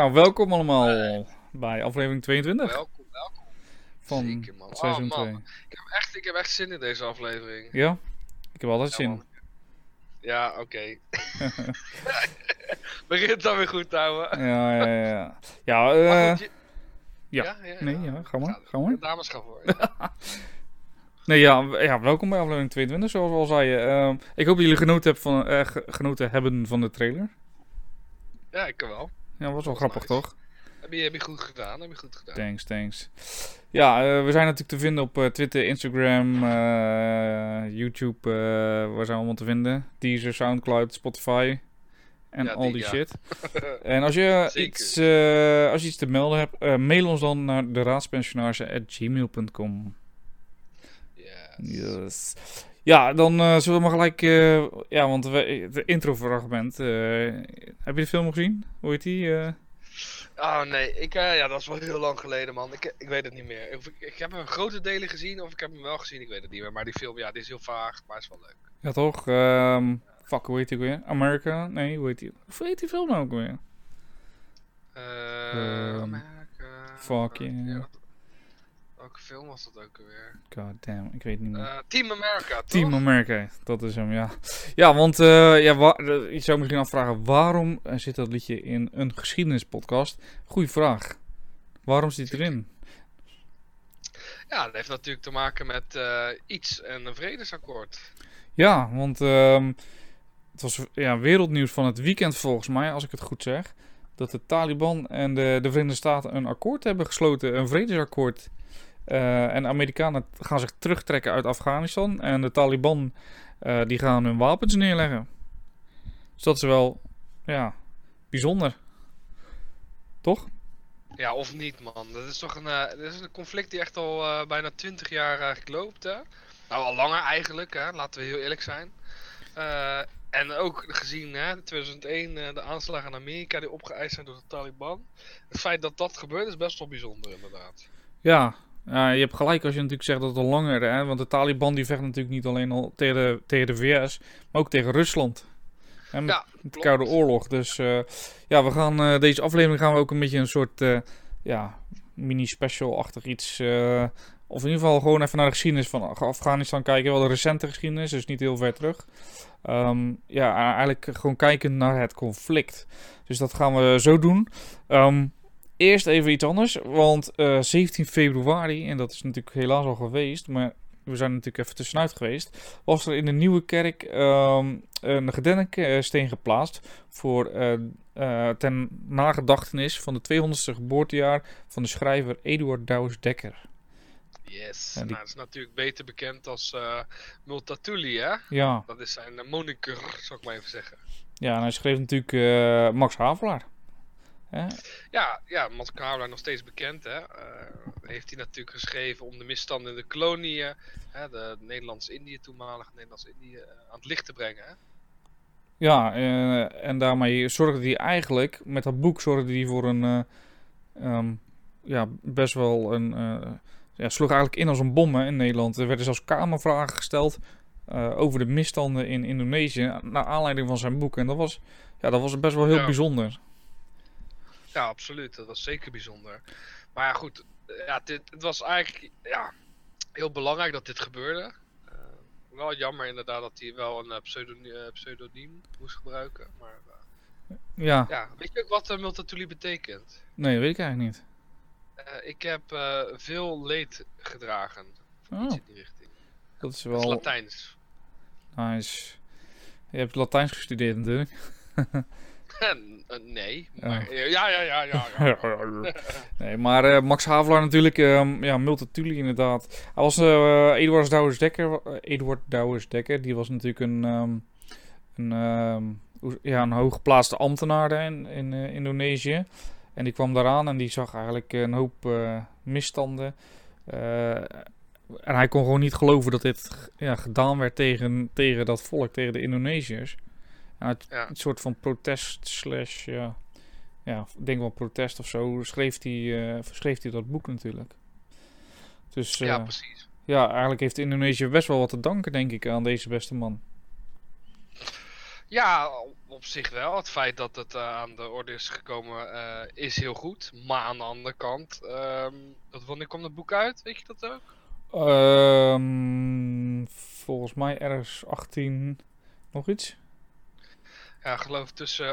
Ja, welkom allemaal Hey, bij aflevering 22 welkom. van Zeker, man. Oh, seizoen 2. man. Ik heb echt zin in deze aflevering. Ja, ik heb altijd Ja, zin. man. Ja, oké. Begint dan weer goed, ouwe. Ja, ja, ja. Ja, Maar goed, ja. ja, ja, Nee, ja. ja, ga maar, Ga, ga maar. dames, ga voor. Ja. Nee, ja, welkom bij aflevering 22, zoals we al zeiden. Ik hoop dat jullie genoten hebben van de trailer. Ja, ik kan wel. Ja, was wel Dat was grappig, nice. toch? Heb je goed gedaan, heb je goed gedaan. Thanks. Ja, we zijn natuurlijk te vinden op Twitter, Instagram, YouTube. Waar zijn we allemaal te vinden? Deezer, Soundcloud, Spotify en Ja, al die ja. shit. En als je, Zeker. als je iets te melden hebt, mail ons dan naar deraadspensionarissen@gmail.com. Yes. Ja, dan zullen we maar gelijk... ja, want de intro-fragment... heb je de film gezien? Hoe heet die? Oh nee, ja, dat is wel heel lang geleden, man. Ik weet het niet meer. Ik heb hem grote delen gezien, of ik heb hem wel gezien, ik weet het niet meer. Maar die film, ja, die is heel vaag, maar is wel leuk. Ja, toch? Fuck, hoe heet die ook weer? America? Nee, hoe heet die film nou ook weer? Amerika. Fuck, yeah. Ja, welke film was dat ook alweer? God damn, ik weet het niet meer. Team America, toch? Team America, dat is hem, ja. Ja, want je zou misschien afvragen, waarom zit dat liedje in een geschiedenispodcast? Goeie vraag. Waarom zit het erin? Ja, dat heeft natuurlijk te maken met iets en een vredesakkoord. Ja, want het was wereldnieuws van het weekend volgens mij, als ik het goed zeg. Dat de Taliban en de Verenigde Staten een akkoord hebben gesloten, een vredesakkoord. En de Amerikanen gaan zich terugtrekken uit Afghanistan. En de Taliban die gaan hun wapens neerleggen. Dus dat is wel, ja, bijzonder. Toch? Ja, of niet, man. Dat is toch dat is een conflict die echt al bijna 20 jaar eigenlijk loopt, hè? Nou, al langer eigenlijk, hè? Laten we heel eerlijk zijn. En ook gezien, hè, 2001, de aanslagen in Amerika die opgeëist zijn door de Taliban. Het feit dat dat gebeurt is best wel bijzonder, inderdaad. Ja, je hebt gelijk als je natuurlijk zegt dat het al langer, hè, want de Taliban die vechten natuurlijk niet alleen al tegen de VS, maar ook tegen Rusland. Hè, met de Klopt. Koude Oorlog. Dus ja, we gaan deze aflevering gaan we ook een beetje een soort mini-special-achtig iets. Of in ieder geval gewoon even naar de geschiedenis van Afghanistan kijken. Wel de recente geschiedenis, dus niet heel ver terug. Eigenlijk gewoon kijken naar het conflict. Dus dat gaan we zo doen. Eerst even iets anders, want 17 februari, en dat is natuurlijk helaas al geweest, maar we zijn natuurlijk even tussenuit geweest, was er in de Nieuwe Kerk een gedenksteen geplaatst voor ten nagedachtenis van de 200ste geboortejaar van de schrijver Eduard Douwes Dekker. Yes. Ja, Nou, dat is natuurlijk beter bekend als Multatuli, hè? Ja, Dat is zijn moniker, zou ik maar even zeggen. ja, en hij schreef natuurlijk Max Havelaar. Hè? Ja, Max Havelaar nog steeds bekend, hè. Heeft hij natuurlijk geschreven om de misstanden in de koloniën, hè, de Nederlands-Indië, toenmalige Nederlands-Indië, aan het licht te brengen, hè. Ja, en daarmee zorgde hij eigenlijk, met dat boek zorgde hij voor een, best wel een, sloeg eigenlijk in als een bom hè, in Nederland. Er werden zelfs kamervragen gesteld over de misstanden in Indonesië, naar aanleiding van zijn boek. En dat was best wel heel bijzonder. Ja, absoluut. Dat was zeker bijzonder. Maar ja, goed. Ja, het was eigenlijk heel belangrijk dat dit gebeurde. Wel jammer inderdaad dat hij wel een pseudoniem moest gebruiken. Maar Ja, weet je ook wat Multatuli betekent? nee, weet ik eigenlijk niet. Ik heb veel leed gedragen. Of iets in die richting. Dat is Het wel is Latijns. nice. Je hebt Latijns gestudeerd natuurlijk. Nee, maar ja. Nee, maar Max Havelaar natuurlijk, Multatuli inderdaad. Hij was Eduard Douwes Dekker, die was natuurlijk een hooggeplaatste ambtenaar in Indonesië. En die kwam daaraan en die zag eigenlijk een hoop misstanden. En hij kon gewoon niet geloven dat dit gedaan werd tegen dat volk, tegen de Indonesiërs. Een soort van protest ik denk wel protest of zo, schreef hij dat boek natuurlijk. Dus Ja, precies. ja, eigenlijk heeft Indonesië best wel wat te danken, denk ik, aan deze beste man. Ja, op zich wel. Het feit dat het aan de orde is gekomen is heel goed. Maar aan de andere kant, wanneer kwam het boek uit? Weet je dat ook? Volgens mij ergens 18 nog iets. Ja, ik geloof tussen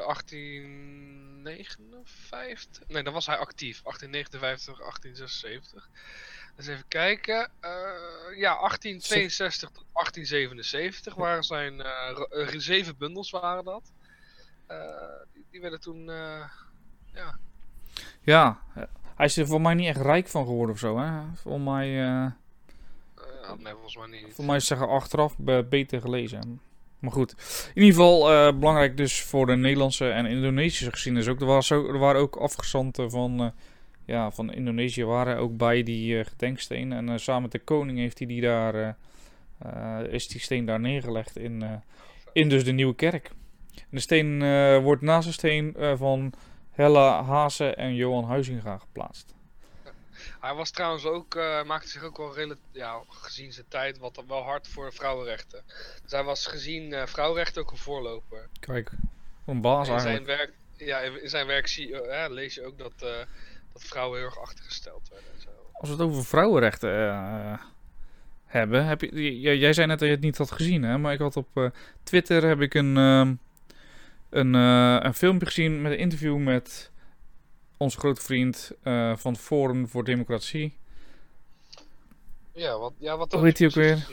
1859. Nee, dan was hij actief. 1859, 1876. Dus even kijken. Ja, 1862 tot 1877 waren zijn 7 bundels waren dat. Die werden toen, ja. Ja, hij is er voor mij niet echt rijk van geworden of zo, hè? Voor mij, Nee, volgens mij niet. voor mij is zeggen achteraf beter gelezen. Maar goed, in ieder geval belangrijk dus voor de Nederlandse en Indonesische geschiedenis ook. Er waren ook afgezanten van Indonesië waren ook bij die gedenksteen. En samen met de koning heeft hij is die steen daar neergelegd in dus de Nieuwe Kerk. En de steen wordt naast de steen van Hella Haase en Johan Huizinga geplaatst. Hij was trouwens ook, maakte zich ook wel gezien zijn tijd wel hard voor vrouwenrechten. Dus hij was gezien vrouwenrechten ook een voorloper. Kijk, een baas eigenlijk. In zijn werk lees je ook dat vrouwen heel erg achtergesteld werden en zo. Als we het over vrouwenrechten hebben, jij zei net dat je het niet had gezien, hè? Maar ik had op Twitter heb ik een filmpje gezien met een interview met onze grote vriend van het Forum voor Democratie. Ja, wat hoe heet hij ook weer?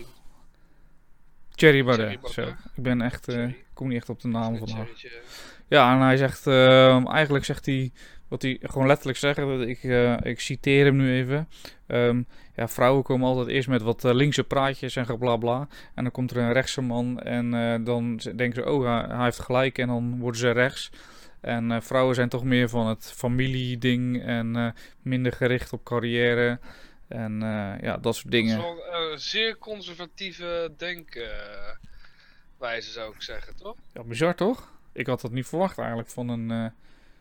Thierry Baudet. Zo. Ik ben echt, kom niet echt op de naam van haar. Ja, en hij zegt, eigenlijk zegt hij, wat hij gewoon letterlijk zegt, ik citeer hem nu even. Ja, vrouwen komen altijd eerst met wat linkse praatjes en blablabla. En dan komt er een rechtse man en dan denken ze, oh, hij heeft gelijk en dan worden ze rechts. En vrouwen zijn toch meer van het familieding en minder gericht op carrière. En ja, dat soort dingen. Dat is wel een zeer conservatieve denkwijze, zou ik zeggen, toch? Ja, bizar toch? Ik had dat niet verwacht eigenlijk van een...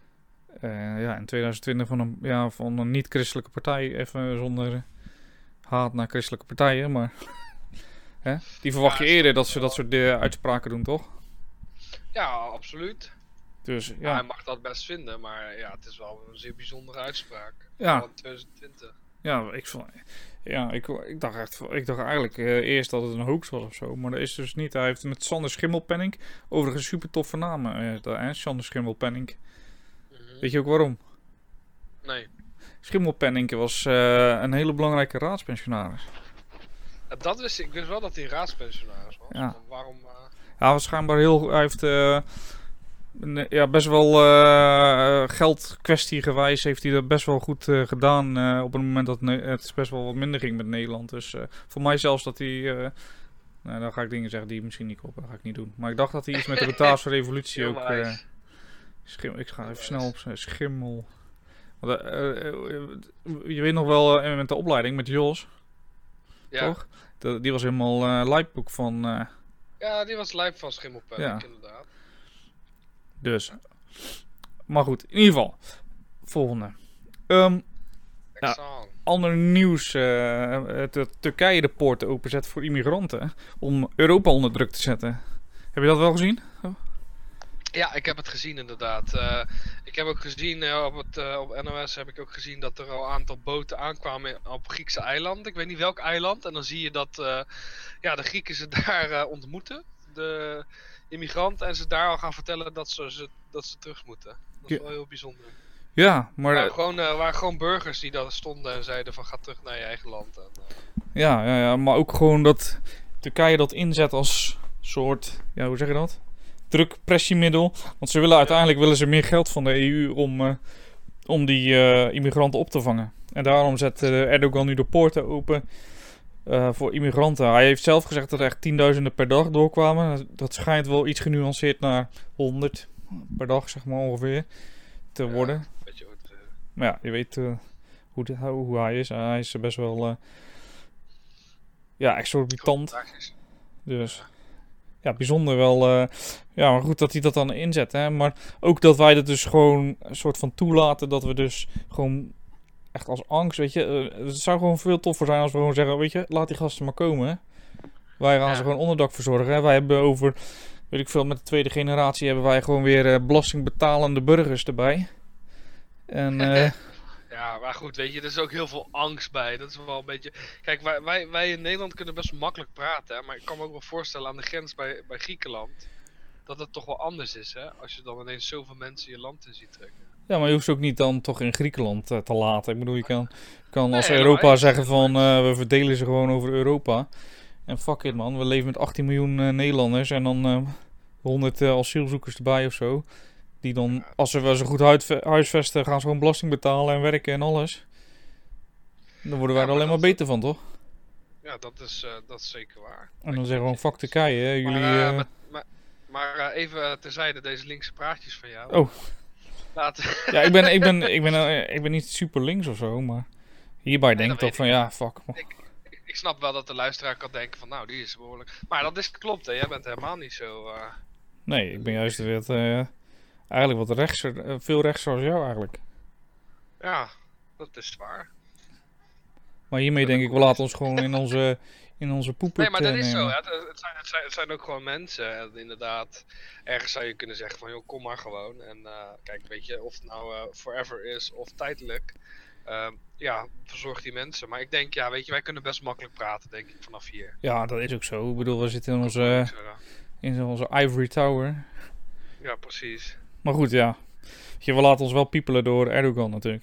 in 2020 van een niet-christelijke partij. Even zonder haat naar christelijke partijen, maar... hè? Die verwacht je eerder dat ze dat soort uitspraken doen, toch? Ja, absoluut. Dus, ja. Hij mag dat best vinden, maar ja, het is wel een zeer bijzondere uitspraak. Ja. Van 2020. Ja, ik dacht eigenlijk eerst dat het een hoax was of zo, maar dat is dus niet. Hij heeft met Sander Schimmelpenninck, overigens een super toffe naam, Sander Schimmelpenninck. Weet je ook waarom? Nee. Schimmelpenninck was een hele belangrijke raadspensionaris. Dat wist ik. Ik wist wel dat hij raadspensionaris was. Ja. Waarom? Hij was schijnbaar hij heeft best wel geldkwestie gewijs heeft hij dat best wel goed gedaan op het moment dat het best wel wat minder ging met Nederland. Dus voor mij zelfs dat hij... dan ga ik dingen zeggen die misschien niet kloppen. Dat ga ik niet doen. Maar ik dacht dat hij iets met de Bataafse revolutie ook... ik ga even snel op Schimmel... je weet nog wel met de opleiding met Jos. Ja. Toch? Die was helemaal lijpboek van... Ja, die was lijp van Schimmelpenninck, inderdaad. Dus. Maar goed, in ieder geval. Volgende. Ander nieuws. Dat Turkije de poorten openzet voor immigranten. Om Europa onder druk te zetten. Heb je dat wel gezien? Oh. Ja, ik heb het gezien inderdaad. Ik heb ook gezien op NOS heb ik ook gezien dat er al een aantal boten aankwamen op Griekse eilanden. Ik weet niet welk eiland. En dan zie je dat de Grieken ze daar ontmoeten. De immigranten en ze daar al gaan vertellen dat ze terug moeten. Dat is wel heel bijzonder. Ja, maar... waren gewoon burgers die daar stonden en zeiden van ga terug naar je eigen land. En, Ja, maar ook gewoon dat Turkije dat inzet als soort, hoe zeg je dat? Drukpressiemiddel. Want ze willen uiteindelijk meer geld van de EU om die immigranten op te vangen. En daarom zet Erdogan nu de poorten open voor immigranten. Hij heeft zelf gezegd dat er echt tienduizenden per dag doorkwamen. Dat schijnt wel iets genuanceerd naar 100 per dag, zeg maar ongeveer, te worden. Maar ja, je weet hoe hij is. Hij is best wel exorbitant. Dus ja, bijzonder wel. Maar goed dat hij dat dan inzet. Hè? Maar ook dat wij dat dus gewoon een soort van toelaten. Dat we dus gewoon echt als angst, weet je. Het zou gewoon veel toffer zijn als we gewoon zeggen, weet je, laat die gasten maar komen. Hè? Wij gaan ze gewoon onderdak verzorgen. Hè? Wij hebben over weet ik veel, met de tweede generatie hebben wij gewoon weer belastingbetalende burgers erbij. En Ja, maar goed, weet je, er is ook heel veel angst bij. Dat is wel een beetje... Kijk, wij in Nederland kunnen best wel makkelijk praten, hè? Maar ik kan me ook wel voorstellen aan de grens bij Griekenland... dat het toch wel anders is, hè? Als je dan ineens zoveel mensen je land in ziet trekken. ja, maar je hoeft ze ook niet dan toch in Griekenland te laten. Ik bedoel, je kan als Nee, Europa helemaal zeggen eens. van we verdelen ze gewoon over Europa. En fuck it man, we leven met 18 miljoen Nederlanders en dan 100 asielzoekers erbij of zo. Die dan, als ze wel zo goed huisvesten, gaan ze gewoon belasting betalen en werken en alles. Dan worden wij er maar alleen maar dat- beter van, toch? Ja, dat is zeker waar. En dan zeggen we gewoon, fuck Turkije, hè. Jullie... Maar even terzijde deze linkse praatjes van jou. Oh. Laten... Ja, ik ben niet super links of zo, maar hierbij denk ik dat toch van, ja, fuck. Ik snap wel dat de luisteraar kan denken van, nou, die is behoorlijk... Maar dat is klopt, hè. Jij bent helemaal niet zo... Nee, ik ben juist weer eigenlijk wat rechtser, veel rechtser zoals jou eigenlijk. Ja, dat is waar. Maar hiermee denk ik, we laten ons gewoon in onze poepen Nee, maar dat is zo, nemen. hè. Het zijn ook gewoon mensen. En inderdaad, ergens zou je kunnen zeggen van, joh, kom maar gewoon. En kijk, weet je, of het nou forever is of tijdelijk. Ja, verzorg die mensen. Maar ik denk, ja, weet je, wij kunnen best makkelijk praten, denk ik, vanaf hier. Ja, dat is ook zo. Ik bedoel, we zitten in Ja, onze ivory tower. ja, precies. Maar goed, ja. Weet je, we laten ons wel piepelen door Erdogan natuurlijk.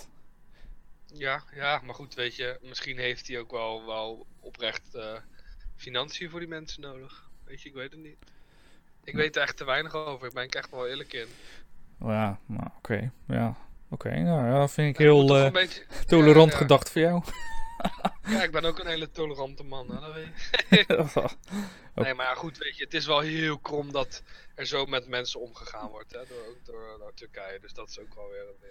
Ja, maar goed, weet je, misschien heeft hij ook wel oprecht financiën voor die mensen nodig. Weet je, ik weet het niet. Ik weet er echt te weinig over, ik ben er echt wel eerlijk in. Oh ja, nou oké. Ja, oké. Nou ja, dat vind ik Ja, je moet toch heel een beetje... tolerant ja. gedacht voor jou. Ja, ik ben ook een hele tolerante man, hè, dat weet je. Nee, maar ja, goed, weet je, het is wel heel krom dat er zo met mensen omgegaan wordt, hè, door Turkije. Dus dat is ook wel weer...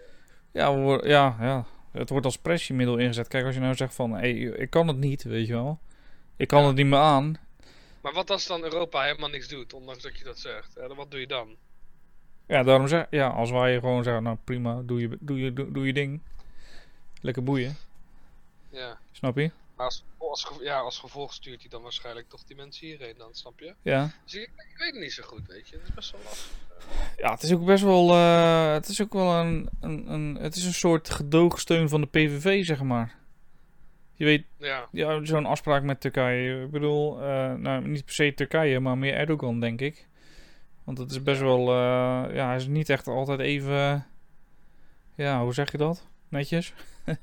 Ja, het wordt als pressiemiddel ingezet. Kijk, als je nou zegt van, hey, ik kan het niet, weet je wel. Ik kan het niet meer aan. Maar wat als dan Europa helemaal niks doet, ondanks dat je dat zegt? Wat doe je dan? Ja, daarom zeg ja, als wij gewoon zeggen, nou prima, doe je ding. Lekker boeien, Ja. snap je? Maar als gevolg stuurt hij dan waarschijnlijk toch die mensen hierheen dan, snap je? Ja. Dus ik weet het niet zo goed, weet je. Het is best wel lastig. Ja, het is ook best wel, het is ook wel het is een soort gedoogsteun van de PVV, zeg maar. Je weet, Ja, ja, zo'n afspraak met Turkije. Ik bedoel, nou, niet per se Turkije, maar meer Erdogan, denk ik. Want het is best wel, ja, hij is niet echt altijd even, ja, hoe zeg je dat? Netjes?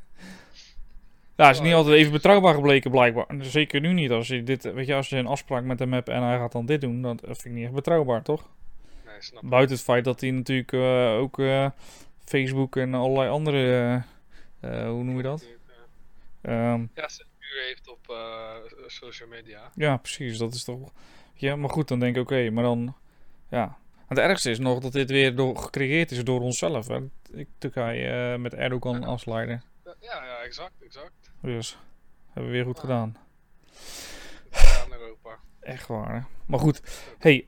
Ja, hij is niet altijd even betrouwbaar gebleken, blijkbaar. Zeker nu niet. Als je dit, weet je, als je een afspraak met hem hebt en hij gaat dan dit doen, dan vind ik niet echt betrouwbaar, toch? nee, snap ik. Buiten het feit dat hij natuurlijk ook Facebook en allerlei andere, hoe noem je dat? Ja, censuur heeft op social media. Ja, precies. Dat is toch... Ja, maar goed, dan denk ik, oké, maar dan... Ja. Het ergste is nog dat dit weer gecreëerd is door onszelf. Hè? Turkije met Erdogan als leider. Ja, exact. Dus, hebben we weer goed gedaan. Ja, in Europa. Echt waar, hè? Maar goed. Hey,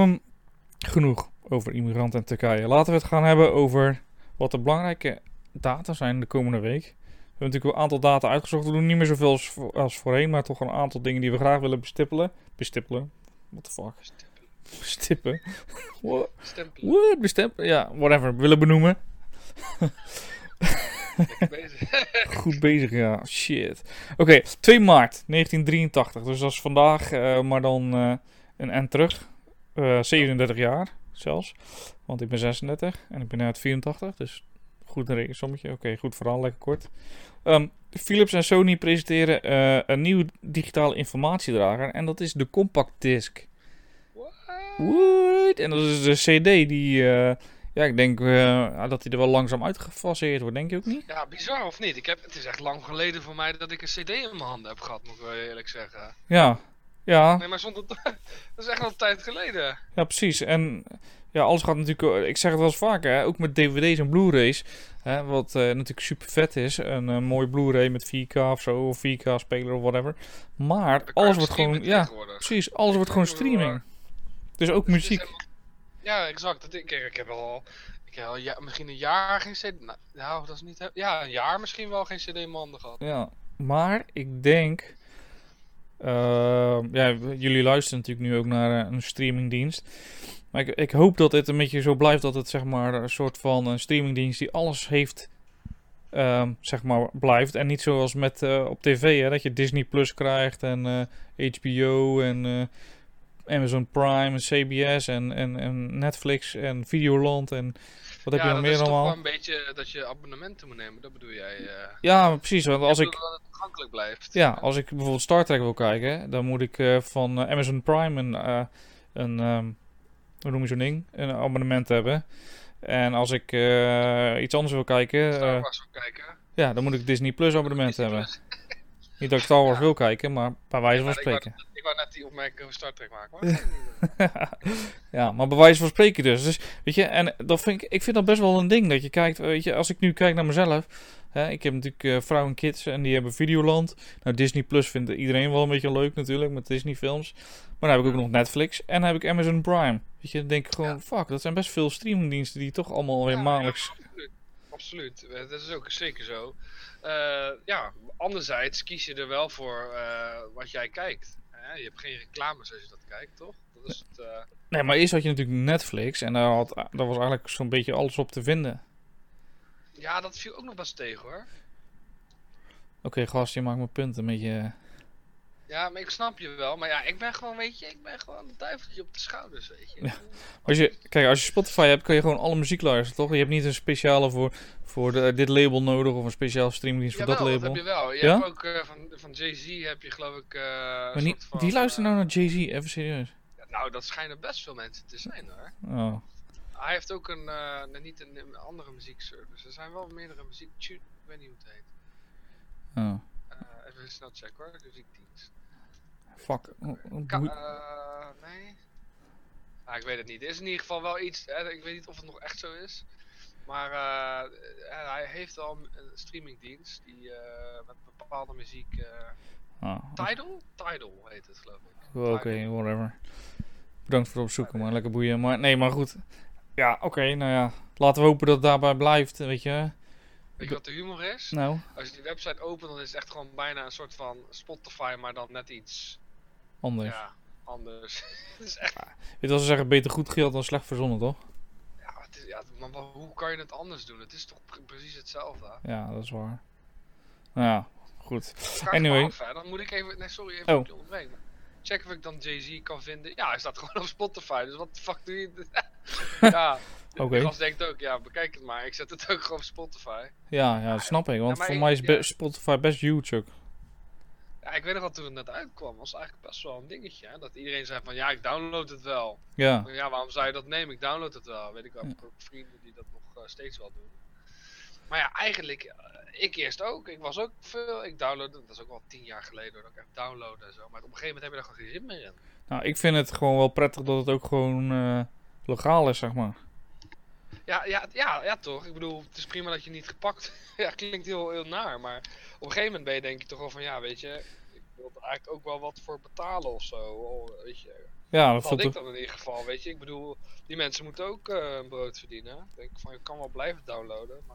genoeg over immigranten en Turkije. Laten we het gaan hebben over wat de belangrijke data zijn de komende week. We hebben natuurlijk wel een aantal data uitgezocht. We doen niet meer zoveel als voorheen, maar toch een aantal dingen die we graag willen bestippelen. Bestippelen? What the fuck? Bestippen? What? Stempelen. What? Bestempelen? Ja, whatever. Willen benoemen. Lekker bezig. Goed bezig, ja. Shit. Oké, 2 maart 1983. Dus dat is vandaag, maar dan een end terug. 37 jaar zelfs. Want ik ben 36 en ik ben uit 84. Dus goed een rekensommetje. Oké, goed verhaal, lekker kort. Philips en Sony presenteren een nieuwe digitale informatiedrager. En dat is de Compact Disc. What? En dat is de CD die... ja, ik denk dat die er wel langzaam uitgefaseerd wordt. Denk je ook niet? Ja, bizar of niet? Het is echt lang geleden voor mij dat ik een CD in mijn handen heb gehad, moet ik wel eerlijk zeggen. Ja. Ja. Nee, maar dat is echt al een tijd geleden. Ja, precies. En ja, alles gaat natuurlijk... Ik zeg het wel eens vaker, hè, ook met dvd's en blu-rays. Hè, wat natuurlijk super vet is. Een mooie blu-ray met 4K of zo. Of 4K speler of whatever. Maar alles wordt gewoon... Ja, precies. Alles wordt gewoon streaming. Dus ook muziek. Ja, exact. Ik heb al misschien een jaar geen CD... Nou, dat is niet... Ja, een jaar misschien wel geen CD in mijn handen gehad. Ja, maar ik denk... Ja, jullie luisteren natuurlijk nu ook naar een streamingdienst. Maar ik hoop dat het een beetje zo blijft dat het zeg maar een soort van een streamingdienst die alles heeft, zeg maar, blijft. En niet zoals met op tv, hè, dat je Disney Plus krijgt en HBO en Amazon Prime en CBS en Netflix en Videoland en wat heb je nog meer Ja, dat is toch allemaal? wel een beetje dat je abonnementen moet nemen, dat bedoel jij. Ja, precies. Want als Je ik, bedoelt dat het toegankelijk blijft. ja, als ik bijvoorbeeld Star Trek wil kijken, dan moet ik van Amazon Prime hoe noem je zo'n ding? Een abonnement hebben. En als ik iets anders wil kijken, Star Wars wil kijken. ja, dan moet ik Disney Plus abonnement Disney hebben. Plus. Niet dat ik Star Wars Ja. wil kijken, maar bij wijze van Ja, spreken. ik wou net die opmerking over Star Trek maken, maar Ja, maar bij wijze van spreken dus. Dus weet je, en dat ik vind dat best wel een ding. Dat je kijkt, weet je, als ik nu kijk naar mezelf. Hè, ik heb natuurlijk vrouw en kids en die hebben Videoland. Nou, Disney Plus vindt iedereen wel een beetje leuk natuurlijk, met Disney films. Maar dan heb ik ook nog Netflix en dan heb ik Amazon Prime. Weet je, dan denk ik gewoon, fuck, dat zijn best veel streamingdiensten die toch allemaal weer maandelijks... absoluut. Dat is ook zeker zo. Ja, anderzijds kies je er wel voor wat jij kijkt. Je hebt geen reclames als je dat kijkt, toch? Dat is het, Nee, maar eerst had je natuurlijk Netflix en daar was eigenlijk zo'n beetje alles op te vinden. Ja, dat viel ook nog best tegen, hoor. Oké, gast, je maakt mijn punt een beetje... Ja, maar ik snap je wel. Maar ja, ik ben gewoon, weet je, ik ben gewoon een duiveltje op de schouders, weet je. Ja. Als je Spotify hebt, kan je gewoon alle muziek luisteren, toch? Je hebt niet een speciale voor dit label nodig of een speciaal streamingdienst voor dat Jawel, label. dat heb je wel. Je Ja? hebt ook van Jay-Z heb je geloof ik... Maar niet, wie luistert nou naar Jay-Z? Even serieus. Nou, dat schijnen best veel mensen te zijn, hoor. Oh. Hij heeft ook niet een andere muziekservice. Er zijn wel meerdere ik weet niet hoe het heet. Oh. Even snel checken, hoor. De muziekdienst. Fuck. Nee. Ah, ik weet het niet. Er is in ieder geval wel iets. Ik weet niet of het nog echt zo is. Maar hij heeft al een streamingdienst die met bepaalde muziek. Tidal? Tidal heet het, geloof ik. Oké, whatever. Bedankt voor het opzoeken, maar lekker boeien. Maar nee, maar goed. Ja, oké, nou ja. Laten we hopen dat het daarbij blijft, weet je. Weet je wat de humor is? Nou. Als je die website opent, dan is het echt gewoon bijna een soort van Spotify, maar dan net iets Anders. Ja, anders. Het is echt... Weet je wat ze zeggen, beter goed geld dan slecht verzonnen, toch? Ja, maar hoe kan je het anders doen? Het is toch precies hetzelfde? Ja, dat is waar. Nou ja, goed. Ga anyway. af, dan moet ik even... Nee, sorry, even op je ontbreken. Check of ik dan Jay-Z kan vinden. Ja, hij staat gewoon op Spotify, dus wat de fuck doe je? Ja, de gast denkt ook, ja, bekijk het maar. Ik zet het ook gewoon op Spotify. Ja, dat snap ik, want ja, voor mij is Spotify best huge ook. Ja, ik weet nog wat toen het net uitkwam, was eigenlijk best wel een dingetje. Hè? Dat iedereen zei van, ja, ik download het wel. Ja. Ja, waarom zou je dat nemen? Ik download het wel. Weet ik wel, ik heb ook vrienden die dat nog steeds wel doen. Maar ja, eigenlijk, ik eerst ook. Ik was ook veel, ik downloadde, dat is ook wel 10 jaar geleden dat ik echt downloaden en zo. Maar op een gegeven moment heb je daar gewoon geen zin meer in. Nou, ik vind het gewoon wel prettig dat het ook gewoon legaal is, zeg maar. Ja, toch. Ik bedoel, het is prima dat je niet gepakt... ja, klinkt heel naar, maar op een gegeven moment ben je toch wel van, ja, weet je... Ik wil er eigenlijk ook wel wat voor betalen of zo, weet je. Ja, dat had ik dan in ieder geval, weet je. Ik bedoel, die mensen moeten ook een brood verdienen. Ik denk van, je kan wel blijven downloaden, maar...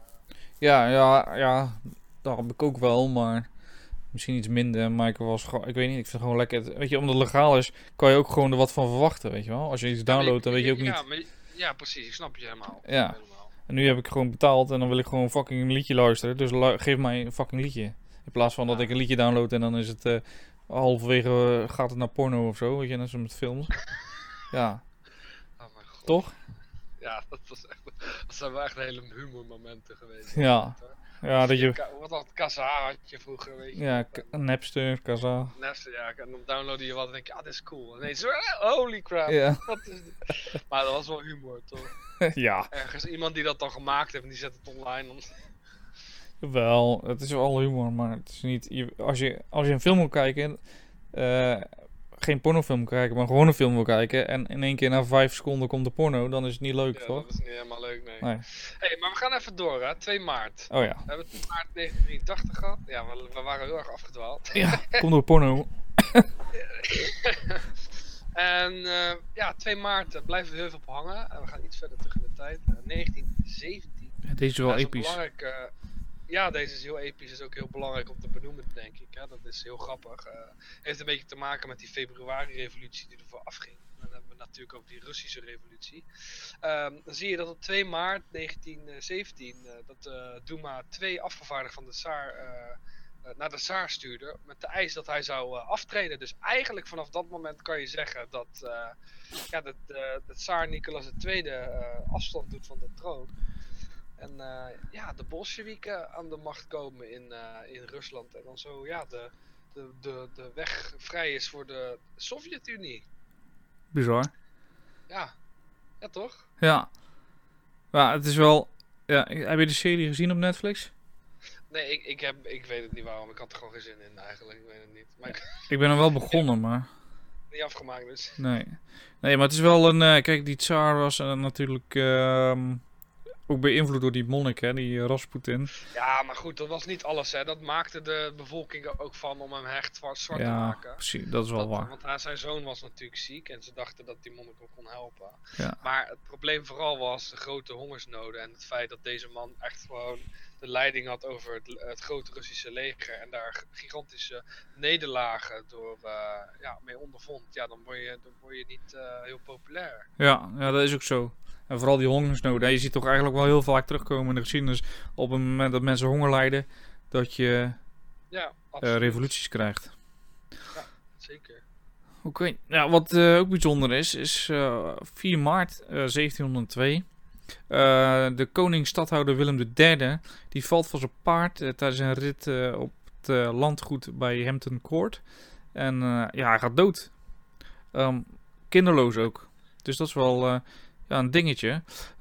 Ja, dat heb ik ook wel, maar... Misschien iets minder, maar ik weet niet, ik vind het gewoon lekker... Weet je, omdat het legaal is, kan je ook gewoon er wat van verwachten, weet je wel. Als je iets downloadt, dan weet je ook niet... Ja, precies, ik snap je helemaal. Ja. Helemaal. En nu heb ik gewoon betaald en dan wil ik gewoon fucking een liedje luisteren. Dus geef mij een fucking liedje. In plaats van dat ik een liedje download en dan is het halverwege gaat het naar porno of zo. Weet je, net zo met films. Ja. Oh mijn god. Toch? Ja, dat zijn wel echt hele humormomenten geweest. Ja. Ja, dat je... Wat had Kazaa had je vroeger, weet je. Ja, Napster, Kazaa. Napster, ja. En dan downloadde je wat en denk je, dit is cool. En ineens, holy crap. Ja. Wat is dit? Maar dat was wel humor, toch? Ja. Ergens iemand die dat dan gemaakt heeft en die zet het online. Dan... Wel, het is wel humor, maar het is niet... Als je een film wil kijken... geen pornofilm wil kijken, maar gewoon een film wil kijken... en in één keer na 5 seconden komt de porno... dan is het niet leuk, ja, toch? dat is niet helemaal leuk, nee. Nee. Hey, maar we gaan even door, hè. 2 maart. Oh ja. We hebben 2 maart 1983 gehad. Ja, we waren heel erg afgedwaald. Ja, komt door porno. En 2 maart blijven we heel veel op hangen. En we gaan iets verder terug in de tijd. 1917. Ja, deze is wel dat is episch. Een belangrijke ja, deze is heel episch. Is ook heel belangrijk om te benoemen, denk ik. Hè. Dat is heel grappig. Heeft een beetje te maken met die februari-revolutie die ervoor afging. Dan hebben we natuurlijk ook die Russische revolutie. Dan zie je dat op 2 maart 1917 dat de Duma 2 afgevaardigden van de Tsaar naar de Tsaar stuurde. Met de eis dat hij zou aftreden. Dus eigenlijk vanaf dat moment kan je zeggen dat de Tsaar Nicolaas II afstand doet van de troon. En de Bolsjewieken aan de macht komen in Rusland. En dan zo de weg vrij is voor de Sovjet-Unie. Bizar. Ja, toch? Ja. Maar het is wel... Ja, heb je de serie gezien op Netflix? Nee, ik weet het niet waarom. Ik had er gewoon geen zin in eigenlijk. Ik weet het niet. Maar Ik ben er wel begonnen, maar... niet afgemaakt dus. Nee, maar het is wel een... kijk, die tsaar was natuurlijk... ook beïnvloed door die monnik, hè, die Rasputin. Ja, maar goed, dat was niet alles, hè. Dat maakte de bevolking er ook van om hem echt zwart te maken. Ja, precies, dat is wel waar. Want zijn zoon was natuurlijk ziek en ze dachten dat die monnik hem kon helpen. Ja. Maar het probleem vooral was de grote hongersnoden en het feit dat deze man echt gewoon de leiding had over het grote Russische leger en daar gigantische nederlagen door mee ondervond. Ja, dan word je niet heel populair. Ja, dat is ook zo. En vooral die hongersnoden. Je ziet toch eigenlijk wel heel vaak terugkomen in de geschiedenis. Op het moment dat mensen honger lijden, dat je revoluties krijgt. Ja, zeker. Oké. Ja, wat ook bijzonder is 4 maart 1702. De koning-stadhouder Willem III, die valt van zijn paard tijdens een rit op het landgoed bij Hampton Court. En hij gaat dood. Kinderloos ook. Dus dat is wel... een dingetje.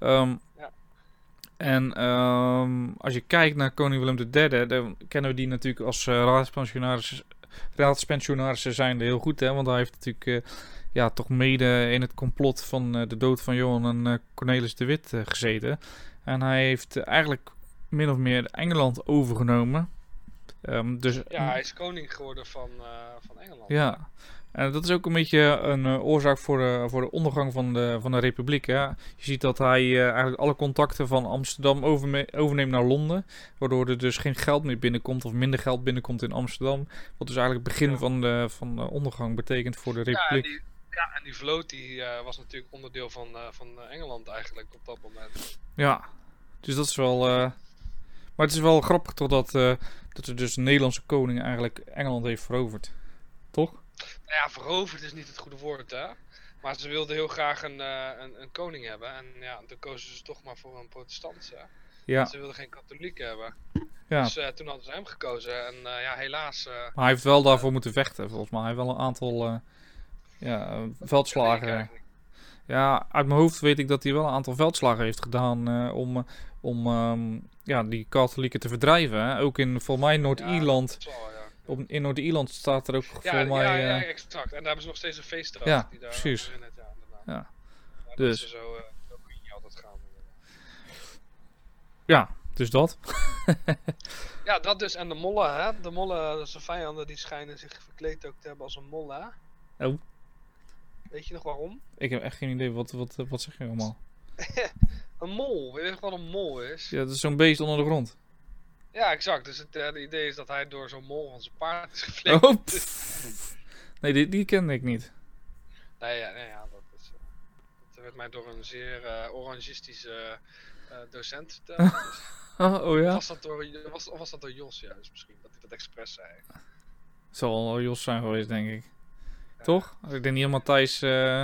En als je kijkt naar koning Willem III, dan kennen we die natuurlijk als raadspensionarissen zijnde heel goed. Hè? Want hij heeft natuurlijk toch mede in het complot van de dood van Johan en Cornelis de Witt gezeten. En hij heeft eigenlijk min of meer Engeland overgenomen. Hij is koning geworden van Engeland. Ja. En dat is ook een beetje een oorzaak voor de ondergang van de Republiek. Hè. Je ziet dat hij eigenlijk alle contacten van Amsterdam overneemt naar Londen. Waardoor er dus geen geld meer binnenkomt of minder geld binnenkomt in Amsterdam. Wat dus eigenlijk het begin van de ondergang betekent voor de Republiek. En die vloot die was natuurlijk onderdeel van Engeland eigenlijk op dat moment. Ja, dus dat is wel... maar het is wel grappig toch dat er dus een Nederlandse koning eigenlijk Engeland heeft veroverd. Toch? Ja, veroverd is niet het goede woord, hè. Maar ze wilden heel graag een koning hebben. En ja, toen kozen ze toch maar voor een protestantse. Ja. Ze wilden geen katholiek hebben. Ja. Dus toen hadden ze hem gekozen. En helaas... maar hij heeft wel daarvoor moeten vechten, volgens mij. Hij heeft wel een aantal veldslagen... Ja, uit mijn hoofd weet ik dat hij wel een aantal veldslagen heeft gedaan om die katholieken te verdrijven. Hè? Ook in, volgens mij, Noord-Ierland... In Noord-Ierland staat er ook voor mij... Ja, exact. En daar hebben ze nog steeds een feestdag. Ja, die daar precies. Ja. Dus. Dat zo kun je altijd gaan. Ja, dus dat. Ja, dat dus. En de mollen, hè. De mollen, dat zijn vijanden, die schijnen zich verkleed ook te hebben als een mol, hè. Oh. Weet je nog waarom? Ik heb echt geen idee. Wat zeg je allemaal? Een mol. Weet je nog wat een mol is? Ja, dat is zo'n beest onder de grond. Ja, exact. Dus het idee is dat hij door zo'n mol van zijn paard is gevleed. Oh, nee, die kende ik niet. Dat werd mij door een zeer orangistische docent verteld. Dus. Oh ja? Of was dat door Jos juist misschien, dat hij dat expres zei? Het zal wel Jos zijn geweest, denk ik. Ja. Toch? Ik denk niet dat Matthijs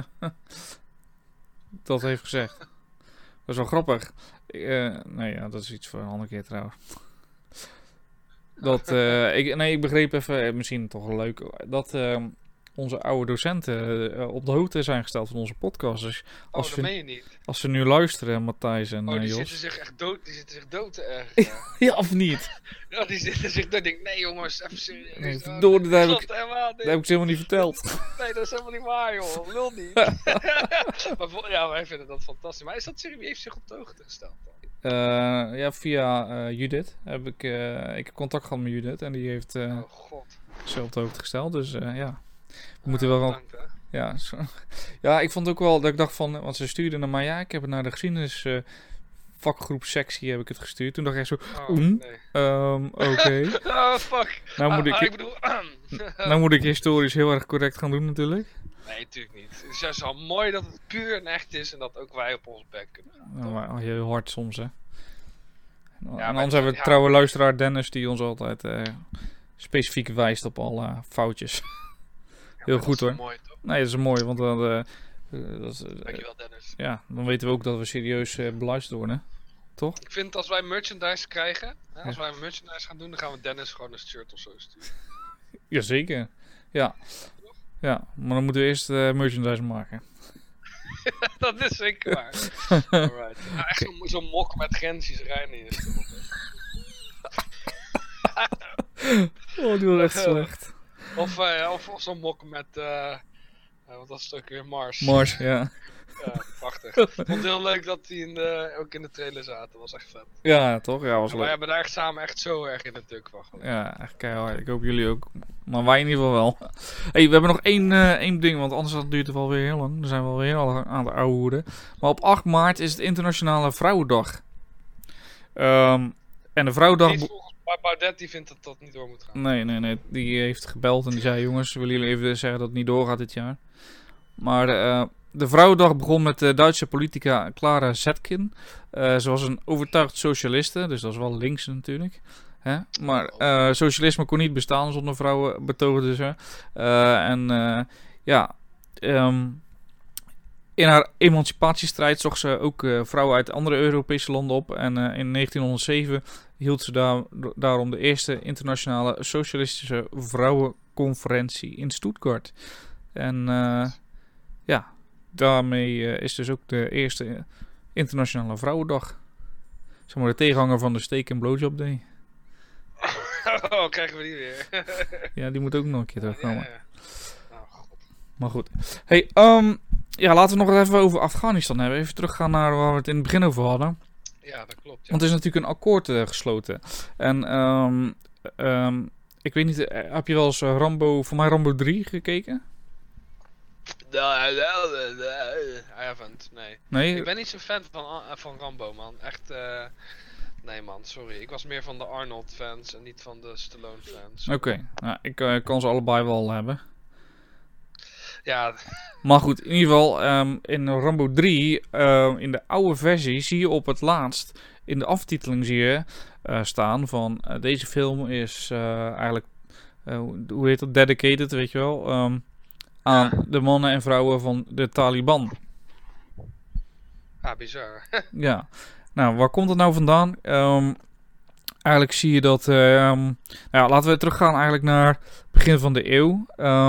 dat heeft gezegd. Dat is wel grappig. Dat is iets voor een andere keer trouwens. Ik begreep even, misschien toch wel leuk, dat onze oude docenten op de hoogte zijn gesteld van onze podcast. Dus dat meen je niet. Als ze nu luisteren, Matthijs en die Jos. Zitten zich echt dood, die zitten zich dood te ergeren. Ja, of niet? Ja, die zitten zich dood. Ik denk, nee jongens, even serieus. Nee, daar heb ik ze helemaal niet verteld. Nee, dat is helemaal niet waar, joh. Lul niet. Maar wij vinden dat fantastisch. Maar is dat serieus? Wie heeft zich op de hoogte gesteld dan? Via Judith heb ik heb contact gehad met Judith en die heeft ze op de hoogte gesteld. Dus we moeten wel... Bedankt, hè? Ja, ik vond ook wel dat ik dacht van, want ze stuurden naar mij, ik heb het naar de geschiedenis vakgroepsectie heb ik het gestuurd. Toen dacht ik zo, nee. Oké. Oh, fuck. Nou moet ik historisch heel erg correct gaan doen natuurlijk. Nee, natuurlijk niet. Het is juist wel mooi dat het puur en echt is en dat ook wij op ons bek kunnen gaan. Nou, maar heel hard soms, hè. Ja, en anders hebben we trouwe luisteraar Dennis die ons altijd specifiek wijst op alle foutjes. Heel goed hoor. Mooi, toch? Nee, dat is mooi, want dan... Dankjewel, Dennis. Ja, dan weten we ook dat we serieus beluisterd worden. Toch? Ik vind als wij merchandise krijgen, als wij merchandise gaan doen, dan gaan we Dennis gewoon een shirt of zo sturen. Jazeker. Ja. Ja, maar dan moeten we eerst merchandise maken. Dat is zeker waar. Alright. Nou, echt zo'n mok met Grenzies Reinen is het. Oh, die was echt slecht. Of zo'n mok met, wat was het ook weer, Mars. Mars, ja. Ja, prachtig. Ik vond het heel leuk dat die ook in de trailer zaten. Dat was echt vet. Ja, toch? Ja, was En leuk. wij hebben daar echt samen echt zo erg in de tuk van gehad. Ja, echt keihard. Ik hoop jullie ook. Maar wij in ieder geval wel. Hey, we hebben nog één ding, want anders duurt het wel weer heel lang. Dan zijn we alweer al aan de oude hoeden. Maar op 8 maart is het Internationale Vrouwendag. En de Vrouwendag... Niet volgens Baudet, die vindt dat dat niet door moet gaan. Nee. Die heeft gebeld en die zei... Jongens, willen jullie even zeggen dat het niet doorgaat dit jaar? Maar de Vrouwendag begon met de Duitse politica Clara Zetkin. Ze was een overtuigd socialiste, dus dat is wel links natuurlijk. Hè? Maar socialisme kon niet bestaan zonder vrouwen, betoogde ze. In haar emancipatiestrijd zocht ze ook vrouwen uit andere Europese landen op. En in 1907 hield ze daarom de eerste internationale socialistische vrouwenconferentie in Stuttgart. En daarmee is dus ook de eerste internationale vrouwendag. Zeg maar de tegenhanger van de steak- en blowjob day. Oh, krijgen we die weer. Ja, die moet ook nog een keer terugkomen. Ja. Oh, God. Maar goed. Hey, laten we nog even over Afghanistan hebben. Even teruggaan naar waar we het in het begin over hadden. Ja, dat klopt. Ja. Want er is natuurlijk een akkoord gesloten. En ik weet niet, heb je wel eens Rambo 3 gekeken? I haven't, nee. Nee? Ik ben niet zo'n fan van Rambo, man. Echt, nee man, sorry. Ik was meer van de Arnold fans en niet van de Stallone fans. Oké, nou, ik kan ze allebei wel hebben. Ja. Maar goed, in ieder geval, in Rambo 3, in de oude versie, zie je op het laatst, in de aftiteling zie je staan van, deze film is eigenlijk, hoe heet dat, dedicated, weet je wel, aan de mannen en vrouwen van de Taliban. Ah, bizar. Ja, nou, waar komt het nou vandaan? Eigenlijk zie je dat, laten we teruggaan eigenlijk naar het begin van de eeuw.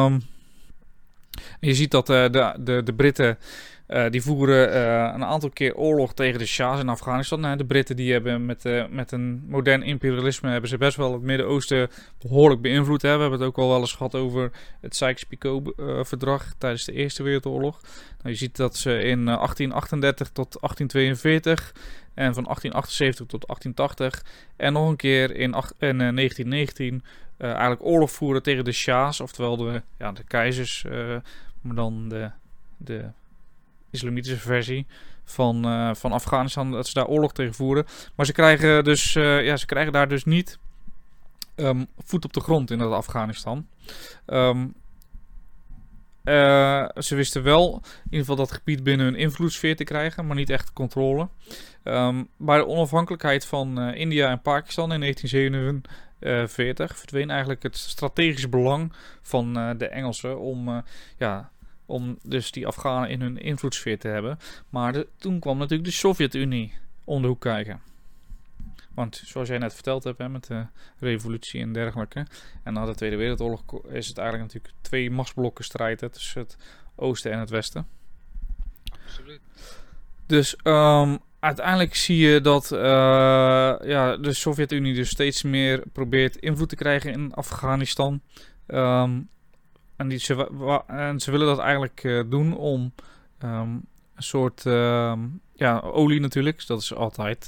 Je ziet dat de Britten die voeren een aantal keer oorlog tegen de Shahs in Afghanistan. De Britten die hebben met een modern imperialisme hebben ze best wel het Midden-Oosten behoorlijk beïnvloed. Hè. We hebben het ook al wel eens gehad over het Sykes-Picot-verdrag tijdens de Eerste Wereldoorlog. Nou, je ziet dat ze in 1838 tot 1842 en van 1878 tot 1880 en nog een keer in 1919 eigenlijk oorlog voeren tegen de Shahs, oftewel de keizers, maar dan de islamitische versie van Afghanistan, dat ze daar oorlog tegen voeren. Maar ze krijgen dus, ze krijgen daar dus niet voet op de grond in dat Afghanistan. Ze wisten wel in ieder geval dat gebied binnen hun invloedssfeer te krijgen, maar niet echt controle. Bij de onafhankelijkheid van India en Pakistan in 1947 verdween eigenlijk het strategisch belang van de Engelsen om dus die Afghanen in hun invloedssfeer te hebben. Maar toen kwam natuurlijk de Sovjet-Unie om de hoek kijken. Want zoals jij net verteld hebt, met de revolutie en dergelijke. En na de Tweede Wereldoorlog is het eigenlijk natuurlijk 2 machtsblokken strijd tussen het oosten en het westen. Absoluut. Dus uiteindelijk zie je dat de Sovjet-Unie dus steeds meer probeert invloed te krijgen in Afghanistan. En ze willen dat eigenlijk doen om een soort olie natuurlijk. Dus dat is altijd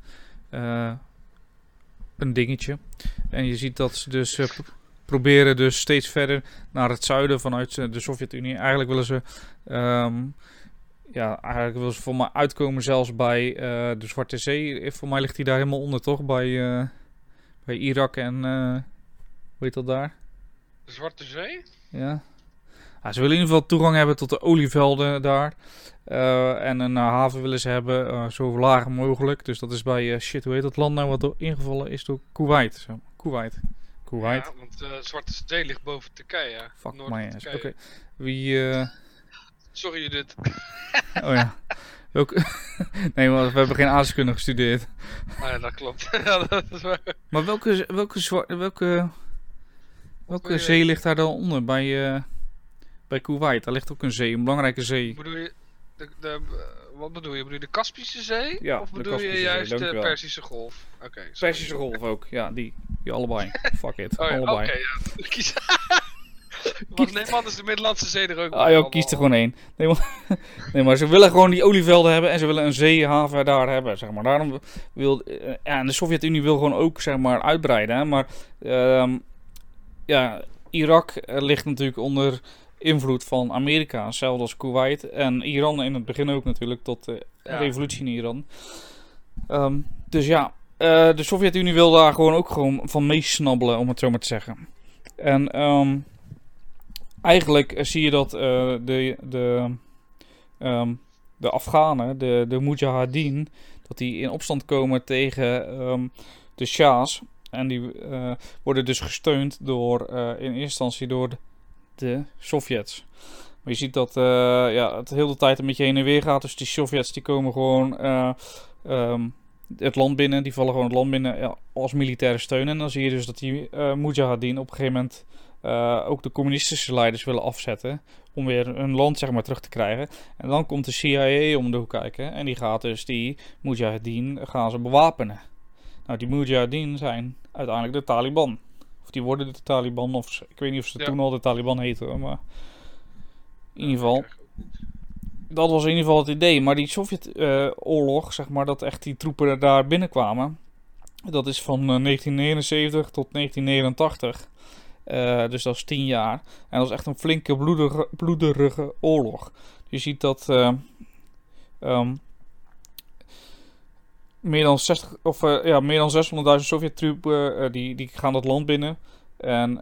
een dingetje. En je ziet dat ze dus proberen dus steeds verder naar het zuiden vanuit de Sovjet-Unie. Eigenlijk willen ze ja, eigenlijk wil ze voor mij uitkomen zelfs bij de Zwarte Zee. Voor mij ligt hij daar helemaal onder, toch? Bij Irak en... hoe heet dat daar? De Zwarte Zee? Ja. Ze willen in ieder geval toegang hebben tot de olievelden daar. En een haven willen ze hebben, zo laag mogelijk. Dus dat is bij, hoe heet dat land nou wat ingevallen is door Kuwait. Zo. Kuwait. Ja, want de Zwarte Zee ligt boven Turkije. Fuck noorden my van ass. Turkije. Oké. Wie... Sorry Judith. Oh ja. Nee, maar we hebben geen aardrijkskunde gestudeerd. Ah, ja, dat klopt. Ja, dat is waar. Maar welke zee ligt daar dan onder bij Kuwait? Daar ligt ook een zee, een belangrijke zee. Bedoel je wat bedoel je? Bedoel je de Kaspische Zee? Ja, of de bedoel Kaspische je juist Zee, de dankjewel. Perzische Golf? Oké. Persische Golf ook, ja, die allebei. Fuck it, Oh, ja, allebei. Oké, ja. Kies. Want neem anders de Middellandse Zee er ook Ah joh, kies er gewoon één. Nee, maar ze willen gewoon die olievelden hebben en ze willen een zeehaven daar hebben, zeg maar. Daarom wil... en de Sovjet-Unie wil gewoon ook, zeg maar, uitbreiden, hè. Maar, ja, Irak ligt natuurlijk onder invloed van Amerika, hetzelfde als Kuwait. En Iran in het begin ook natuurlijk, tot de revolutie in Iran. Dus ja, de Sovjet-Unie wil daar gewoon van meesnabbelen, om het zo maar te zeggen. En eigenlijk zie je dat de Afghanen, de Mujahideen, dat die in opstand komen tegen de Shahs. En die worden dus gesteund door, in eerste instantie door de Sovjets. Maar je ziet dat het de hele tijd een beetje heen en weer gaat. Dus die Sovjets die komen gewoon het land binnen. Die vallen gewoon het land binnen als militaire steun. En dan zie je dus dat die Mujahideen op een gegeven moment ook de communistische leiders willen afzetten. Om weer hun land, zeg maar, terug te krijgen. En dan komt de CIA om de hoek kijken. En die gaat dus die Mujahideen gaan ze bewapenen. Nou, die Mujahideen zijn uiteindelijk de Taliban. Of die worden de Taliban. Of ik weet niet of ze toen al de Taliban heten. Maar in ieder geval. Dat was in ieder geval het idee. Maar die Sovjet-oorlog, zeg maar, dat echt die troepen daar binnenkwamen. Dat is van 1979 tot 1989. Dus dat is 10 jaar. En dat is echt een flinke bloederige oorlog. Je ziet dat meer dan 600.000 Sovjet-troepen die gaan dat land binnen. En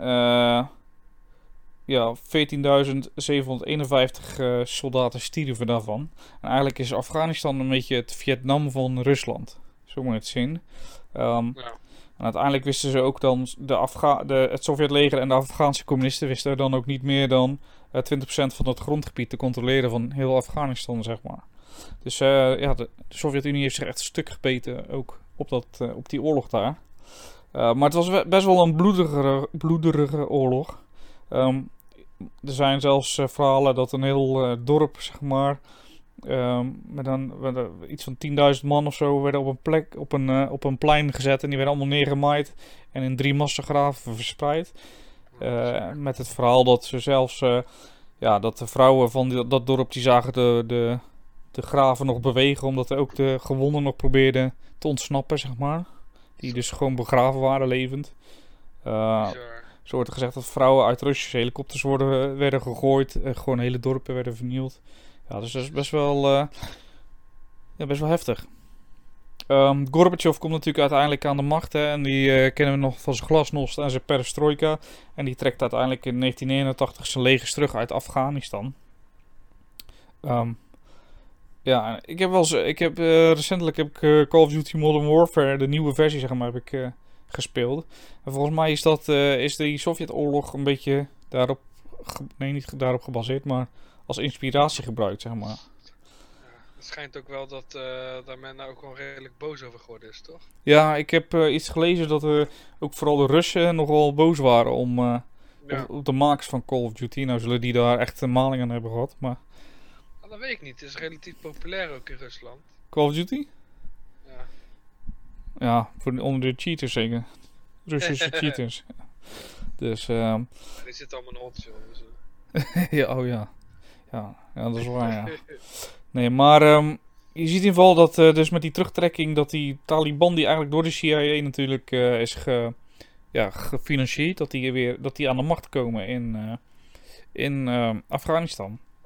14.751 soldaten stierven daarvan. En eigenlijk is Afghanistan een beetje het Vietnam van Rusland. Zo moet je het zien. En uiteindelijk wisten ze ook dan, het Sovjetleger en de Afghaanse communisten wisten dan ook niet meer dan 20% van het grondgebied te controleren van heel Afghanistan, zeg maar. Dus de Sovjet-Unie heeft zich echt een stuk gebeten ook op die oorlog daar. Maar het was best wel een bloederige oorlog. Er zijn zelfs verhalen dat een heel dorp, zeg maar, met iets van 10.000 man of zo werden op een plein gezet en die werden allemaal neergemaaid en in 3 massagraven verspreid. Met het verhaal dat ze zelfs, dat de vrouwen van dat dorp die zagen de graven nog bewegen, omdat er ook de gewonden nog probeerden te ontsnappen, zeg maar. Die dus gewoon begraven waren levend. Zo wordt er gezegd dat vrouwen uit Russische helikopters werden gegooid. Gewoon hele dorpen werden vernield. Ja, dus dat is best wel heftig. Gorbachev komt natuurlijk uiteindelijk aan de macht. Hè, en die kennen we nog van zijn glasnost en zijn perestroika. En die trekt uiteindelijk in 1981 zijn legers terug uit Afghanistan. Recentelijk heb ik Call of Duty Modern Warfare, de nieuwe versie, zeg maar, heb ik gespeeld. En volgens mij is die Sovjet-oorlog een beetje niet daarop gebaseerd, maar als inspiratie gebruikt, zeg maar. Het schijnt ook wel dat men daar ook gewoon redelijk boos over geworden is, toch? Ja, ik heb iets gelezen dat ook vooral de Russen nogal boos waren op de makers van Call of Duty. Nou zullen die daar echt een maling aan hebben gehad, maar... Dat weet ik niet. Het is relatief populair ook in Rusland. Call of Duty? Ja. Ja, onder de cheaters zeker. Russische cheaters. Dus, die zitten allemaal in hotshot. Dus, ja, oh ja. Ja, dat is waar, ja. Nee, maar je ziet in ieder geval dat dus met die terugtrekking dat die Taliban, die eigenlijk door de CIA natuurlijk is gefinancierd, dat die aan de macht komen in Afghanistan.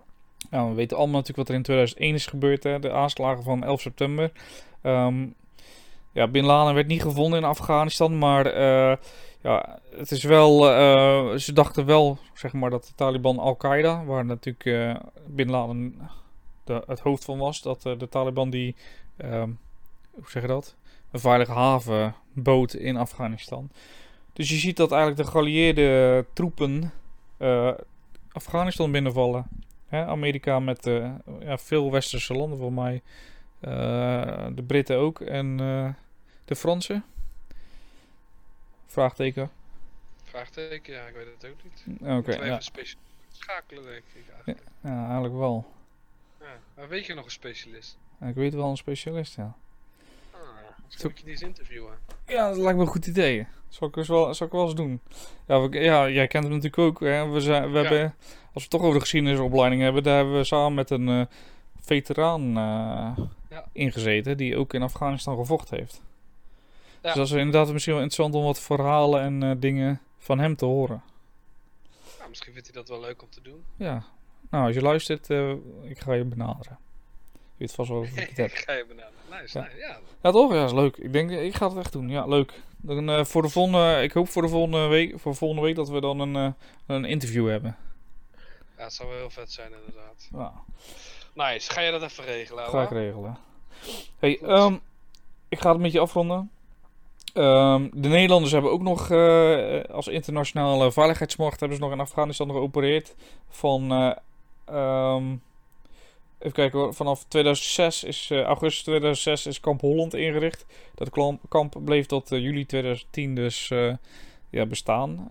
Nou, we weten allemaal natuurlijk wat er in 2001 is gebeurd, hè? De aanslagen van 11 september. Ja, Bin Laden werd niet gevonden in Afghanistan, maar ja, het is wel, ze dachten wel, zeg maar, dat de Taliban Al-Qaeda, waar natuurlijk Bin Laden het hoofd van was, dat de Taliban die, hoe zeg je dat, een veilige haven bood in Afghanistan. Dus je ziet dat eigenlijk de geallieerde troepen Afghanistan binnenvallen. Hè, Amerika met ja, veel westerse landen, voor mij. De Britten ook. En de Fransen? Vraagteken. Vraagteken, ja, ik weet het ook niet. Oké, ja. Even specialist schakelen, denk ik eigenlijk. Ja, eigenlijk wel. Ja. Maar weet je nog een specialist? Ja, ik weet wel een specialist, ja. Misschien moet je die eens interviewen. Ja, dat lijkt me een goed idee. Zal ik wel eens doen. Ja, ja, jij kent hem natuurlijk ook. Hè? We hebben, als we het toch over de geschiedenisopleiding hebben, daar hebben we samen met een veteraan ingezeten die ook in Afghanistan gevochten heeft. Ja. Dus dat is inderdaad misschien wel interessant om wat verhalen en dingen van hem te horen. Nou, misschien vindt hij dat wel leuk om te doen. Ja. Nou, als je luistert, ik ga je benaderen. Je weet vast wel of ik het heb. Ik ga je benaderen. Nice, ja. Nice, ja. Ja, toch? Ja, is leuk. Ik denk, ik ga het echt doen. Ja, leuk. Dan, voor de volgende, ik hoop voor de volgende week dat we dan een interview hebben. Ja, het zou wel heel vet zijn inderdaad. Ja. Nice, ga je dat even regelen? Ga ik regelen. Hey, ik ga het met je afronden. De Nederlanders hebben ook nog als internationale veiligheidsmacht hebben ze nog in Afghanistan geopereerd. Van even kijken hoor, vanaf 2006 augustus 2006 is Kamp Holland ingericht. Dat kamp bleef tot juli 2010 dus ja, bestaan.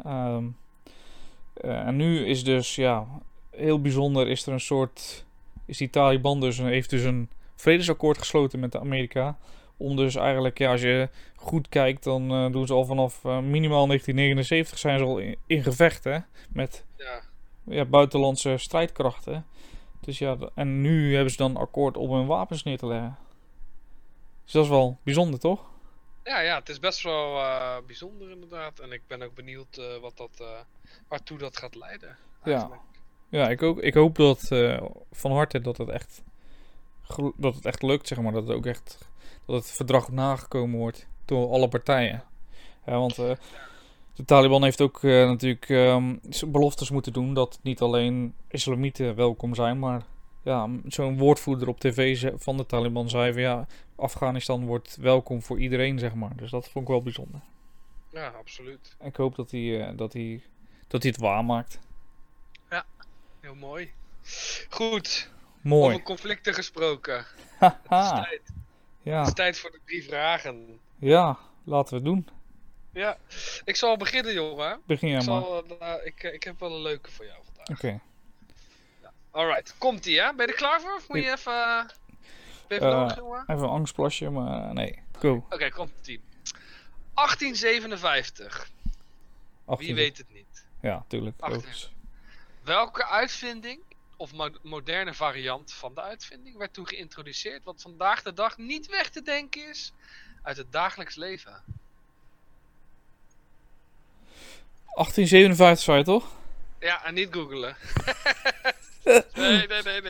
En nu is dus, ja, heel bijzonder, is er een soort, is die Taliban dus, heeft dus een vredesakkoord gesloten met Amerika. Om dus eigenlijk, ja, als je goed kijkt, dan doen ze al vanaf minimaal 1979 zijn ze al in gevecht, hè, met ja, buitenlandse strijdkrachten. Dus ja, en nu hebben ze dan akkoord om hun wapens neer te leggen. Dus dat is wel bijzonder, toch? Ja, het is best wel bijzonder inderdaad. En ik ben ook benieuwd waartoe dat gaat leiden. Eigenlijk. Ja, ik ook. Ik hoop dat van harte dat het echt lukt, zeg maar. Dat het ook echt, dat het verdrag nagekomen wordt door alle partijen. Ja, want de Taliban heeft ook natuurlijk beloftes moeten doen dat niet alleen islamieten welkom zijn, maar ja, zo'n woordvoerder op tv van de Taliban zei van ja, Afghanistan wordt welkom voor iedereen, zeg maar. Dus dat vond ik wel bijzonder. Ja, absoluut. En ik hoop dat hij het waarmaakt. Ja, heel mooi. Goed. Mooi. Over conflicten gesproken. Het is tijd. Ja. Het is tijd voor de 3 vragen. Ja, laten we het doen. Ja, ik zal beginnen, jongen. Begin jij maar. Ik heb wel een leuke voor jou vandaag. Oké. Ja. Alright, komt-ie, hè? Ben je er klaar voor? Of moet je even... Ben je even nodig, jongen? Even een angstplasje, maar nee. Go. Oké, komt-ie. 1857. Wie weet het niet? Ja, tuurlijk. Welke uitvinding of moderne variant van de uitvinding werd toen geïntroduceerd wat vandaag de dag niet weg te denken is uit het dagelijks leven? 1857 zei je toch? Ja, en niet googelen. Nee.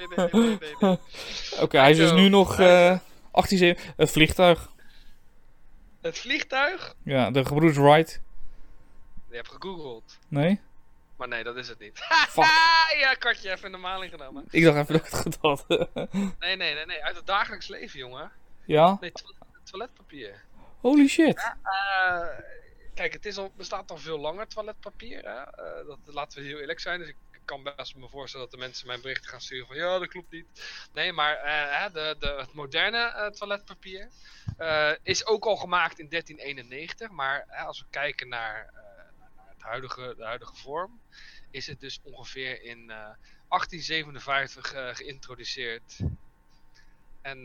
Oké, hij is dus nu nog 1857. Het vliegtuig. Het vliegtuig? Ja, de gebroeders Wright. Je hebt gegoogeld. Nee? Maar nee, dat is het niet. Fuck. Ja, ik had je even in de maling genomen. Ik dacht even dat ik het goed had. Nee. Uit het dagelijks leven, jongen. Ja? Nee, toiletpapier. Holy shit. Ja, kijk, bestaat al veel langer toiletpapier. Hè? Laten we heel eerlijk zijn. Dus ik kan best me voorstellen dat de mensen mijn berichten gaan sturen van ja, dat klopt niet. Nee, maar het moderne toiletpapier is ook al gemaakt in 1391. Maar als we kijken naar de huidige vorm, is het dus ongeveer in 1857 geïntroduceerd. En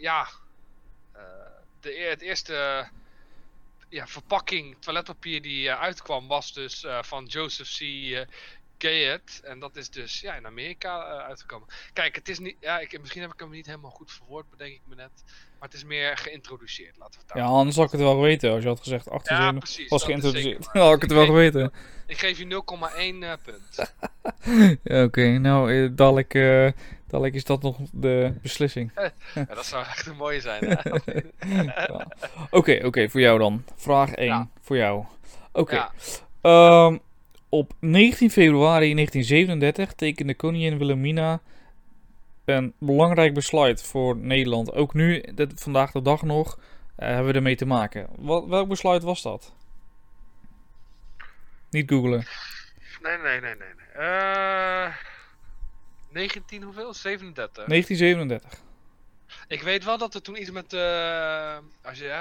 het eerste verpakking toiletpapier die uitkwam was dus van Joseph C. Gayet. En dat is dus in Amerika uitgekomen. Kijk, het is niet, misschien heb ik hem niet helemaal goed verwoord, bedenk ik me net. Maar het is meer geïntroduceerd, laten we het daar. Ja, anders had ik het wel geweten. Als je had gezegd 1857 was geïntroduceerd. Dan had ik het wel geweten. Ik geef je 0,1 punt. Ja, oké. Nou, Dadelijk is dat nog de beslissing. Ja, dat zou echt een mooie zijn, hè? Ja. Oké, voor jou dan. Vraag 1 Ja. voor jou. Oké. Ja. Op 19 februari 1937 tekende koningin Wilhelmina een belangrijk besluit voor Nederland. Ook nu, vandaag de dag nog, hebben we ermee te maken. Welk besluit was dat? Niet googlen. Nee. 19 hoeveel? 37. 1937. Ik weet wel dat er toen iets met als je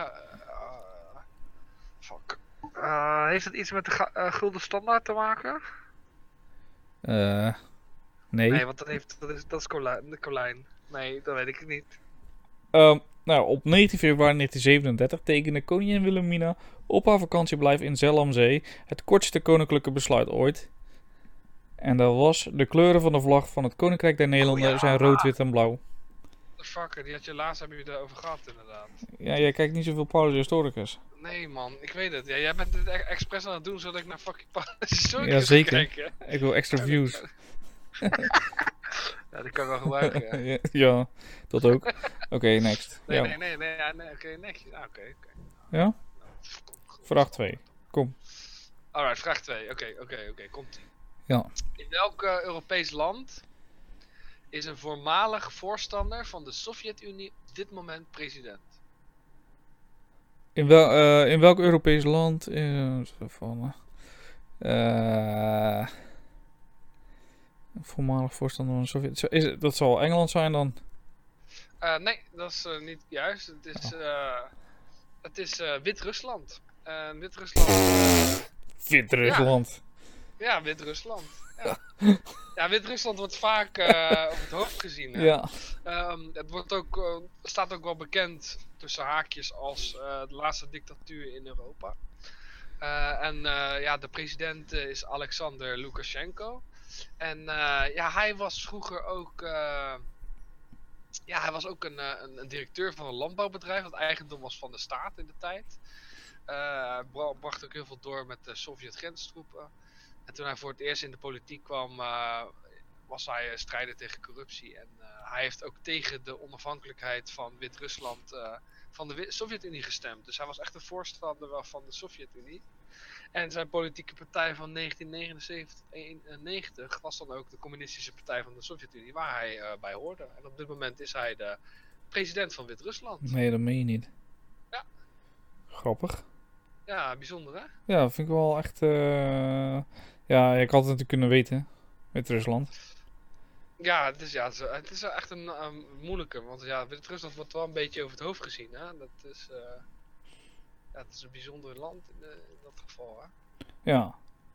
fuck. Heeft het iets met de gulden standaard te maken? Nee. Nee, want dat is Colijn. Nee, dat weet ik niet. Nou, op 19 februari 1937 tekende koningin Wilhelmina op haar vakantieblijf in Zell am Zee het kortste koninklijke besluit ooit. En dat was: de kleuren van de vlag van het Koninkrijk der Nederlanden ja. zijn rood, wit en blauw. Fucker, die had je laatst hebben jullie erover gehad inderdaad. Ja, jij kijkt niet zoveel Paulus Historicus. Nee man, ik weet het. Ja, jij bent het expres aan het doen zodat ik naar fucking Historicus Ja, ga zeker. kijken. Ik wil extra views. Ja, die kan ik wel gebruiken. Ja. Ja, dat ook. Oké, next. Nee, Ja. nee, oké, netjes. Ah, oké. Ja? Vraag 2. Kom. Alright, vraag 2. Oké, komt-ie. Ja. In welk Europees land is een voormalig voorstander van de Sovjet-Unie op dit moment president? In welk Europees land voormalig voorstander van de Sovjet... Dat zal Engeland zijn dan? Nee, dat is niet juist. Het is Wit-Rusland. Wit-Rusland. Wit-Rusland. Ja, Wit-Rusland. Ja. Ja, Wit-Rusland wordt vaak op het hoofd gezien. Hè? Ja. Het wordt ook, staat ook wel bekend tussen haakjes als de laatste dictatuur in Europa. De president is Alexander Lukashenko. En hij was vroeger ook... hij was ook een directeur van een landbouwbedrijf dat eigendom was van de staat in de tijd. Hij bracht ook heel veel door met de Sovjet-grenstroepen. En toen hij voor het eerst in de politiek kwam, was hij strijder tegen corruptie. En hij heeft ook tegen de onafhankelijkheid van Wit-Rusland van de Sovjet-Unie gestemd. Dus hij was echt een voorstander van de Sovjet-Unie. En zijn politieke partij van 1979 was dan ook de communistische partij van de Sovjet-Unie, waar hij bij hoorde. En op dit moment is hij de president van Wit-Rusland. Nee, dat meen je niet. Ja. Grappig. Ja, bijzonder hè? Ja, dat vind ik wel echt... Ja, ik had het natuurlijk kunnen weten. Wit-Rusland. Ja, het is echt een moeilijke, want ja, Wit-Rusland wordt wel een beetje over het hoofd gezien. Hè? Dat is, het is een bijzonder land in dat geval. Hè? Ja.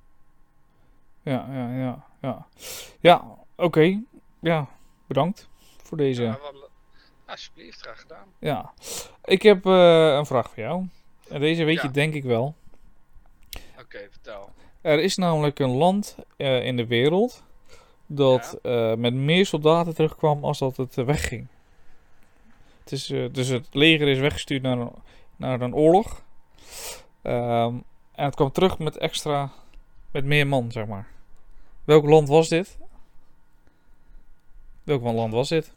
Ja, oké. Ja, bedankt voor deze. Ja, alsjeblieft, graag gedaan. Ja. Ik heb een vraag voor jou. En deze weet je Ja. denk ik wel. Oké, vertel. Er is namelijk een land in de wereld dat met meer soldaten terugkwam als dat het wegging. Het is, dus het leger is weggestuurd naar een oorlog. En het kwam terug met meer man, zeg maar. Welk land was dit? Welk land was dit?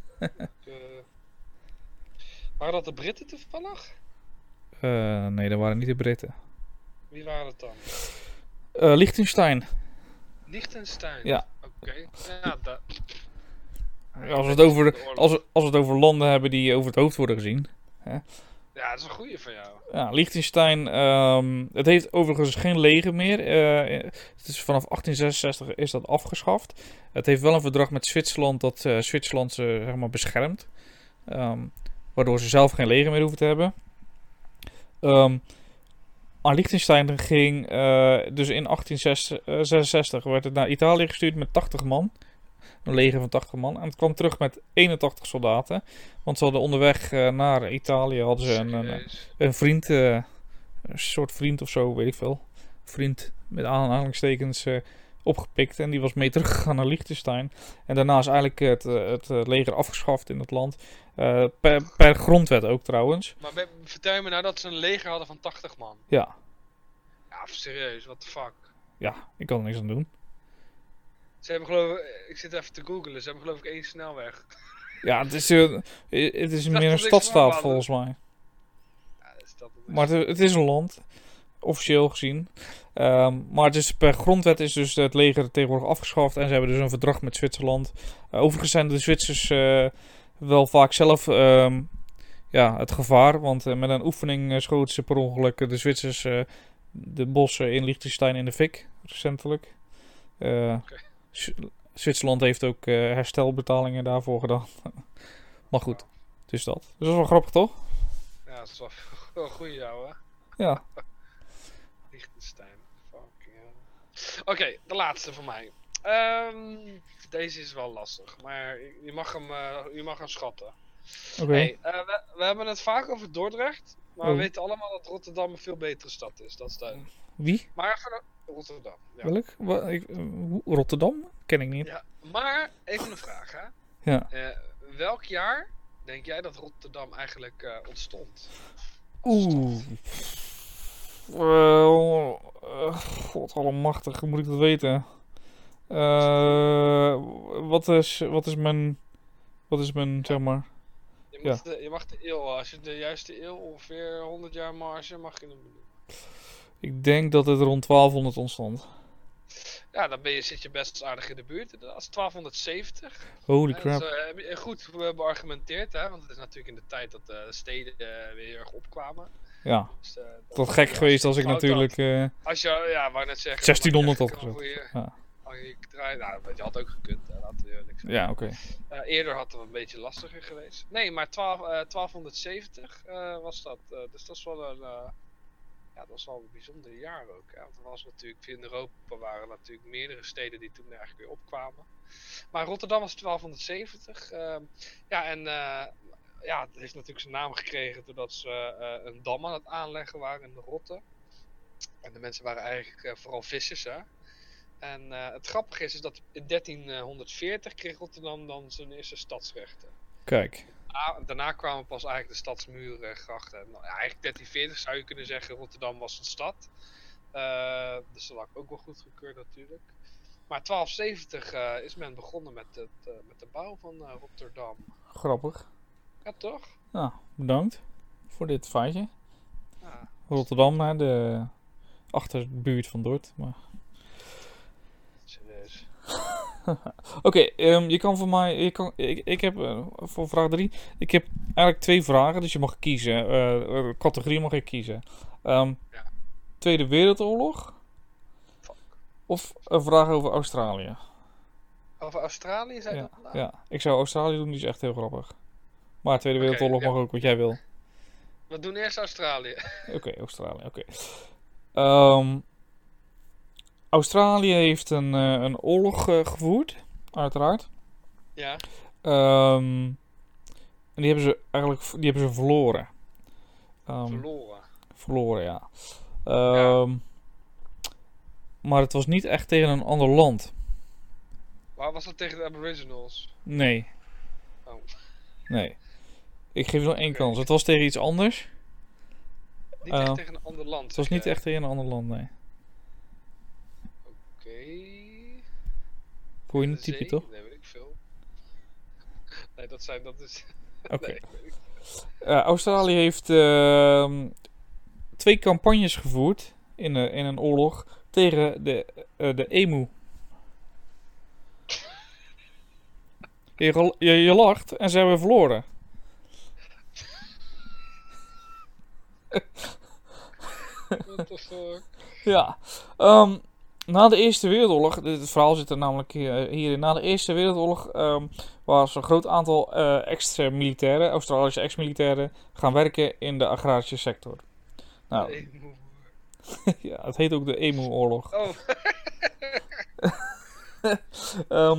Waren dat de Britten toevallig? Nee, dat waren niet de Britten. Wie waren het dan? Liechtenstein. Liechtenstein? Ja. Oké. Ja, Als we het over landen hebben die over het hoofd worden gezien. Ja, dat is een goeie van jou. Ja, Liechtenstein, het heeft overigens geen leger meer. Het is vanaf 1866 is dat afgeschaft. Het heeft wel een verdrag met Zwitserland dat Zwitserland ze zeg maar beschermt. Waardoor ze zelf geen leger meer hoeven te hebben. Maar Liechtenstein ging dus in 1866 werd het naar Italië gestuurd met 80 man. Een leger van 80 man. En het kwam terug met 81 soldaten. Want ze hadden onderweg naar Italië hadden ze een vriend, een soort vriend of zo, weet ik veel. Vriend met aanhalingstekens opgepikt. En die was mee teruggegaan naar Liechtenstein. En daarna is eigenlijk het leger afgeschaft in het land. Per grondwet ook trouwens. Maar vertel je me nou dat ze een leger hadden van 80 man? Ja. Ja, serieus, what the fuck? Ja, ik kan er niks aan doen. Ze hebben geloof ik zit even te googlen, ze hebben geloof ik 1 snelweg. Ja, het is Dat meer een niks stadstaat van, volgens mij. Ja, is dat Maar het is een land, officieel gezien. Maar het is, per grondwet is dus het leger tegenwoordig afgeschaft. En ze hebben dus een verdrag met Zwitserland. Overigens zijn de Zwitsers wel vaak zelf het gevaar. Want met een oefening schoten ze per ongeluk de Zwitsers de bossen in Liechtenstein in de fik. Recentelijk. Zwitserland heeft ook herstelbetalingen daarvoor gedaan. Maar goed, het is dat. Dus dat is wel grappig, toch? Ja, dat is wel een goeie jou, hè? Ja. Liechtenstein. Fucking hell. Oké, de laatste van mij. Deze is wel lastig, maar je mag hem schatten. Oké. Hey, we hebben het vaak over Dordrecht, maar we Oh. weten allemaal dat Rotterdam een veel betere stad is. Dat is duidelijk. Wie? Maar even Rotterdam. Ja. Welk? Rotterdam? Ken ik niet. Ja, maar even een vraag, hè? Ja. Welk jaar denk jij dat Rotterdam eigenlijk ontstond? Oeh. God allemachtig, hoe moet ik dat weten? Wat is mijn, zeg maar... Je mag de eeuw, als je de juiste eeuw, ongeveer 100 jaar marge, mag je hem benoemen. Ik denk dat het rond 1200 ontstond. Ja, dan zit je best aardig in de buurt. Dat is 1270. Holy crap. Heb je goed beargumenteerd, hè? Want het is natuurlijk in de tijd dat de steden weer heel erg opkwamen. Ja, Dus, wat gek geweest als ik natuurlijk Als je, wou net zeggen... 1600 had gezet. Ja. Dat had ook gekund, hè? Laten we eerlijk zijn. Ja, oké. Eerder had het een beetje lastiger geweest. Nee, maar 1270 was dat. Dus dat is wel dat was wel een bijzonder jaar ook. Hè? Want er was natuurlijk, in Europa waren natuurlijk meerdere steden die toen eigenlijk weer opkwamen. Maar Rotterdam was 1270. Het heeft natuurlijk zijn naam gekregen doordat ze een dam aan het aanleggen waren in de Rotte. En de mensen waren eigenlijk vooral vissers, hè. En het grappige is dat in 1340 kreeg Rotterdam dan zijn eerste stadsrechten. Kijk. Daarna kwamen pas eigenlijk de stadsmuren, grachten. Nou, eigenlijk 1340 zou je kunnen zeggen, Rotterdam was een stad. Dus dat had ik ook wel goed gekeurd natuurlijk. Maar 1270 is men begonnen met de bouw van Rotterdam. Grappig. Ja, toch? Nou, bedankt voor dit feitje. Ja. Rotterdam, hè, de achterbuurt van Dordt. Maar... Serieus. Oké, je kan voor mij... Ik heb voor vraag 3... Ik heb eigenlijk 2 vragen, dus je mag kiezen. Categorie mag ik kiezen. Tweede Wereldoorlog. Fuck. Of een vraag over Australië. Over Australië zei dat? Nou. Ja, ik zou Australië doen, die is echt heel grappig. Maar Tweede Wereldoorlog mag ook, wat jij wil. We doen eerst Australië. Oké, Australië, oké. Australië heeft een oorlog gevoerd, uiteraard. Ja. En die hebben ze verloren. Verloren. Verloren, ja. Maar het was niet echt tegen een ander land. Waar was dat tegen de Aboriginals? Nee. Oh. Nee. Ik geef je nog 1 kans. Het was tegen iets anders. Niet echt tegen een ander land. Het was niet echt tegen een ander land, nee. Oké. Voel je een type, toch? Nee, weet ik veel. Nee, dat is... Oké. Nee, weet ik veel. Australië heeft 2 campagnes gevoerd in een oorlog tegen de emu. Je lacht en ze hebben verloren. What the fuck? Ja. Na de Eerste Wereldoorlog, het verhaal zit er namelijk hierin. Na de Eerste Wereldoorlog was een groot aantal ex-militairen, Australische ex-militairen, gaan werken in de agrarische sector. Nou, ja, het heet ook de Emu-oorlog. Oh.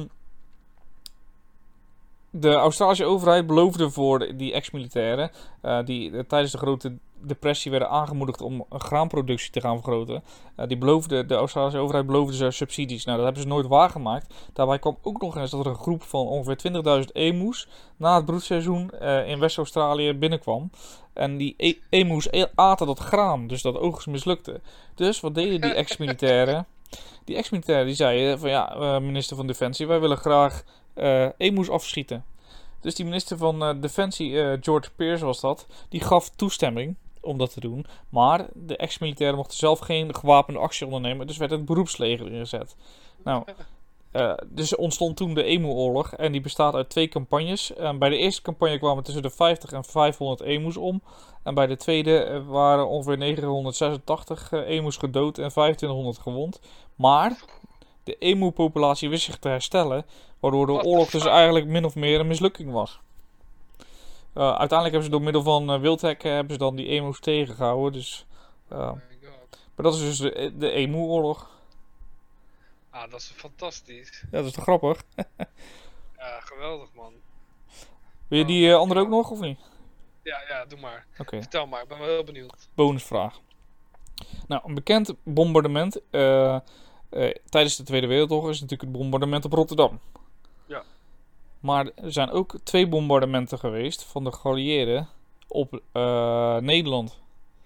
De Australische overheid beloofde voor die ex-militairen, die tijdens de grote depressie werden aangemoedigd om een graanproductie te gaan vergroten. De Australische overheid beloofde ze subsidies. Nou, dat hebben ze nooit waargemaakt. Daarbij kwam ook nog eens dat er een groep van ongeveer 20.000 emus na het broedseizoen in West-Australië binnenkwam. En die emus aten dat graan, dus dat oogst mislukte. Dus wat deden die ex-militairen? Die ex-militair die zei van ja, minister van Defensie, wij willen graag emus afschieten. Dus die minister van Defensie, George Pierce was dat, die gaf toestemming om dat te doen. Maar de ex-militairen mochten zelf geen gewapende actie ondernemen, dus werd het beroepsleger ingezet. Nou, dus ontstond toen de Emu-oorlog en die bestaat uit 2 campagnes. Bij de eerste campagne kwamen tussen de 50 en 500 emus om. En bij de tweede waren ongeveer 986 emus gedood en 2500 gewond. Maar de emu-populatie wist zich te herstellen, waardoor de oorlog dus eigenlijk min of meer een mislukking was. Uiteindelijk hebben ze door middel van wildhekken hebben ze dan die emus tegengehouden. Dus, Oh my god. maar dat is dus de emu-oorlog. Ah, dat is fantastisch. Ja, dat is toch grappig? Ja, geweldig man. Wil je die andere ook nog of niet? Ja, doe maar. Oké. Vertel maar, ik ben wel heel benieuwd. Bonusvraag. Nou, een bekend bombardement tijdens de Tweede Wereldoorlog is natuurlijk het bombardement op Rotterdam. Ja. Maar er zijn ook 2 bombardementen geweest van de geallieerden op Nederland.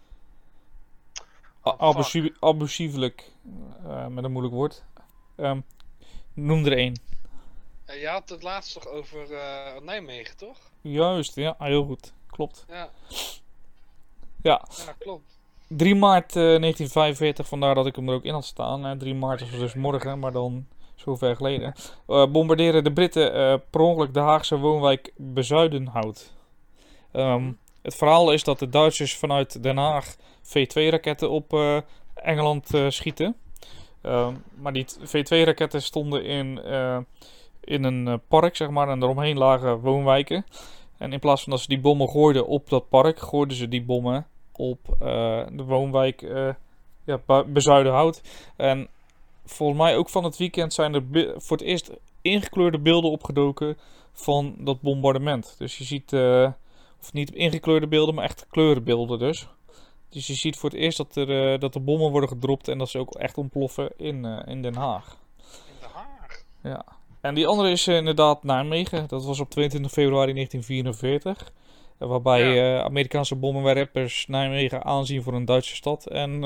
Abusievelijk, met een moeilijk woord. Noem er 1. Je had het laatst toch over Nijmegen, toch? Juist, ja, heel goed. Klopt. Ja. Ja. Ja, klopt. 3 maart 1945, vandaar dat ik hem er ook in had staan. 3 maart was dus morgen, maar dan zo ver geleden. Bombarderen de Britten per ongeluk de Haagse woonwijk Bezuidenhout. Het verhaal is dat de Duitsers vanuit Den Haag V2-raketten op Engeland schieten. Maar die V2-raketten stonden in een park, zeg maar, en eromheen lagen woonwijken. En in plaats van dat ze die bommen gooiden op dat park, gooiden ze die bommen op de woonwijk Bezuidenhout. En volgens mij ook van het weekend zijn er voor het eerst ingekleurde beelden opgedoken van dat bombardement. Dus je ziet, of niet ingekleurde beelden, maar echt kleurenbeelden dus. Dus je ziet voor het eerst dat er bommen worden gedropt en dat ze ook echt ontploffen in Den Haag. In Den Haag? Ja. En die andere is inderdaad Nijmegen. Dat was op 22 februari 1944. Waarbij Amerikaanse bommenwerpers Nijmegen aanzien voor een Duitse stad. En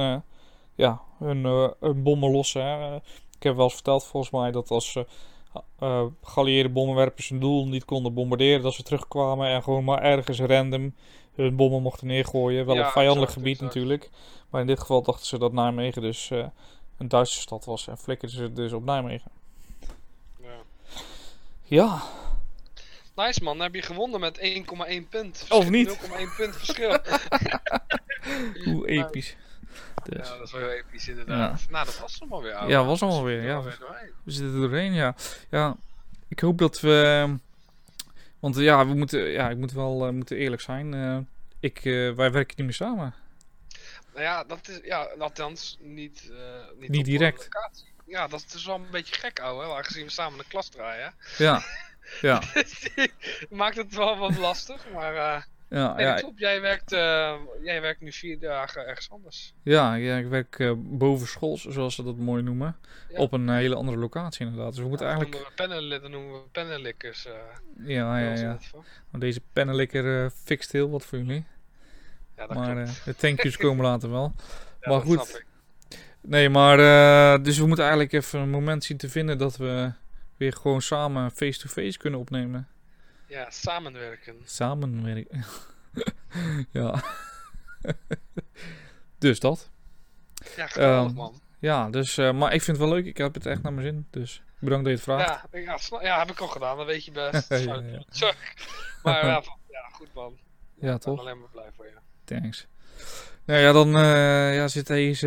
hun bommen lossen. Hè. Ik heb wel eens verteld volgens mij dat als geallieerde bommenwerpers hun doel niet konden bombarderen, dat ze terugkwamen en gewoon maar ergens random hun bommen mochten neergooien. Wel op vijandelijk gebied natuurlijk. Maar in dit geval dachten ze dat Nijmegen dus een Duitse stad was. En flikkerden ze dus op Nijmegen. Ja. Nice man, dan heb je gewonnen met 1,1 punt. Of niet? 0,1 punt verschil. Hoe episch. Dus. Ja, dat is wel heel episch inderdaad. Ja. Nou, dat was hem alweer. Ouwe. Ja, was allemaal weer. Ja. We zitten er doorheen, ja. Ja, ik hoop dat we... Want ja, ik moet eerlijk zijn. Wij werken niet meer samen. Nou ja, dat is... Ja, althans, niet direct. Ja, dat is wel een beetje gek, ouwe. Aangezien we samen de klas draaien. Ja. Ja. Maakt het wel wat lastig, maar... Klopt. Jij werkt nu 4 dagen ergens anders. Ja, ik werk bovenschols, zoals ze dat mooi noemen. Ja. Op een hele andere locatie inderdaad. Dus we moeten eigenlijk... Dat noemen we pennenlikkers. Ja. Maar deze pennenlikker fixt heel wat voor jullie. Ja, dat maar klopt. de thank yous komen later wel. Ja, maar goed. Snap ik. Nee, maar... dus we moeten eigenlijk even een moment zien te vinden dat we weer gewoon samen face-to-face kunnen opnemen. Ja, samenwerken. Samenwerken. Ja. Dus dat. Ja, geweldig man. Ja, dus, maar ik vind het wel leuk. Ik heb het echt naar mijn zin. Dus bedankt dat je het vraagt. Ja, heb ik al gedaan. Dat weet je best. Ja. Sorry. Maar ja, goed man. Ja, ik toch? ben alleen maar blij voor je. Thanks. Nou ja, dan zit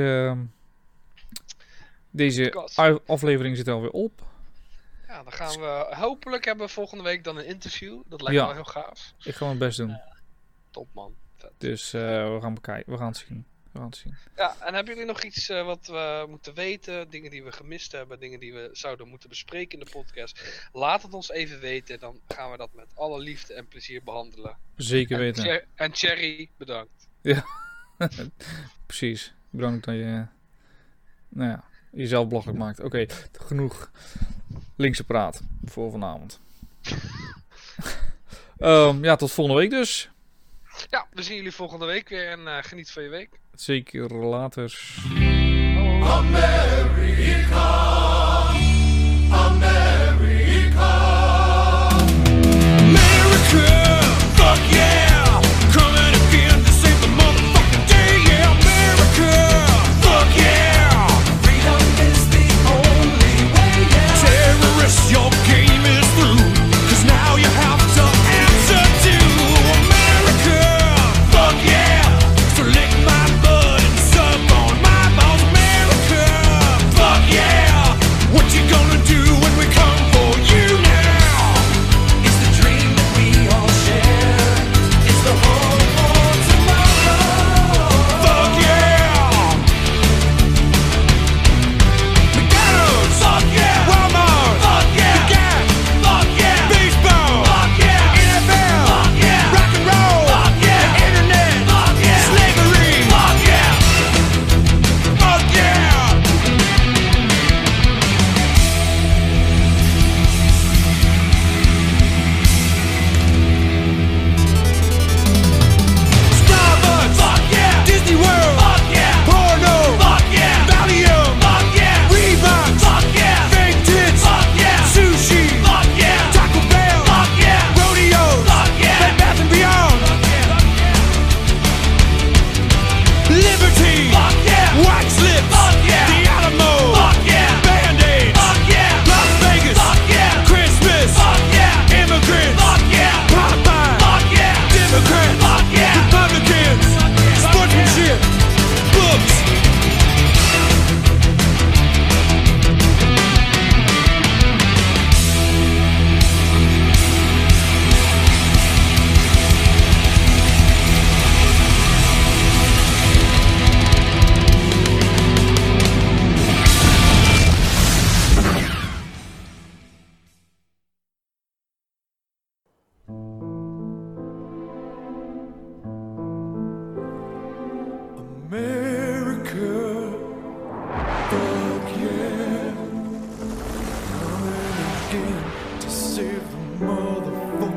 deze aflevering zit alweer op. Ja, dan gaan we... Hopelijk hebben we volgende week dan een interview. Dat lijkt me wel heel gaaf. Ik ga mijn best doen. Top man. Vet. Dus we gaan bekijken. We gaan het zien. Ja, en hebben jullie nog iets wat we moeten weten? Dingen die we gemist hebben? Dingen die we zouden moeten bespreken in de podcast? Laat het ons even weten. Dan gaan we dat met alle liefde en plezier behandelen. Zeker weten. En Thierry, bedankt. Ja, precies. Bedankt dat je... Nou ja, jezelf belachelijk maakt. Oké, genoeg linkse praat voor vanavond. Ja, tot volgende week dus. Ja, we zien jullie volgende week weer en geniet van je week. Zeker later. Hallo. America, America, America, fuck yeah, coming again to save the motherfucking day, yeah, America, fuck yeah, freedom is the only way, yeah, terrorists, your game is through, 'cause now you have to answer to America, fuck yeah, so lick my butt and suck on my balls, America, fuck yeah, what you gonna do when we come for you now? It's the dream that we all share, it's the hope for tomorrow, fuck yeah, McDonald's, fuck yeah, Walmart, fuck yeah, The Gap, fuck yeah, baseball, fuck yeah, NFL, fuck yeah, rock and roll, fuck yeah, the internet, fuck yeah, slavery, fuck yeah, fuck yeah. Starbucks, fuck yeah, Disney World, fuck yeah, porno, fuck yeah, Valium, fuck yeah, Reebok, fuck yeah, fake tits, fuck yeah, sushi, fuck yeah, Taco Bell, fuck yeah, rodeos, fuck yeah, Bed Bath & Beyond, fuck yeah, Liberty, fuck yeah, Wax Lips, fuck yeah, The Alamo, fuck yeah, Band-Aid, fuck yeah, Las Vegas, fuck yeah, Christmas, fuck yeah, immigrants, fuck yeah, Popeye, fuck yeah, Democrats, fuck yeah, Republicans, sportsmanship, books. America, fuck yeah, coming again to save the motherfucking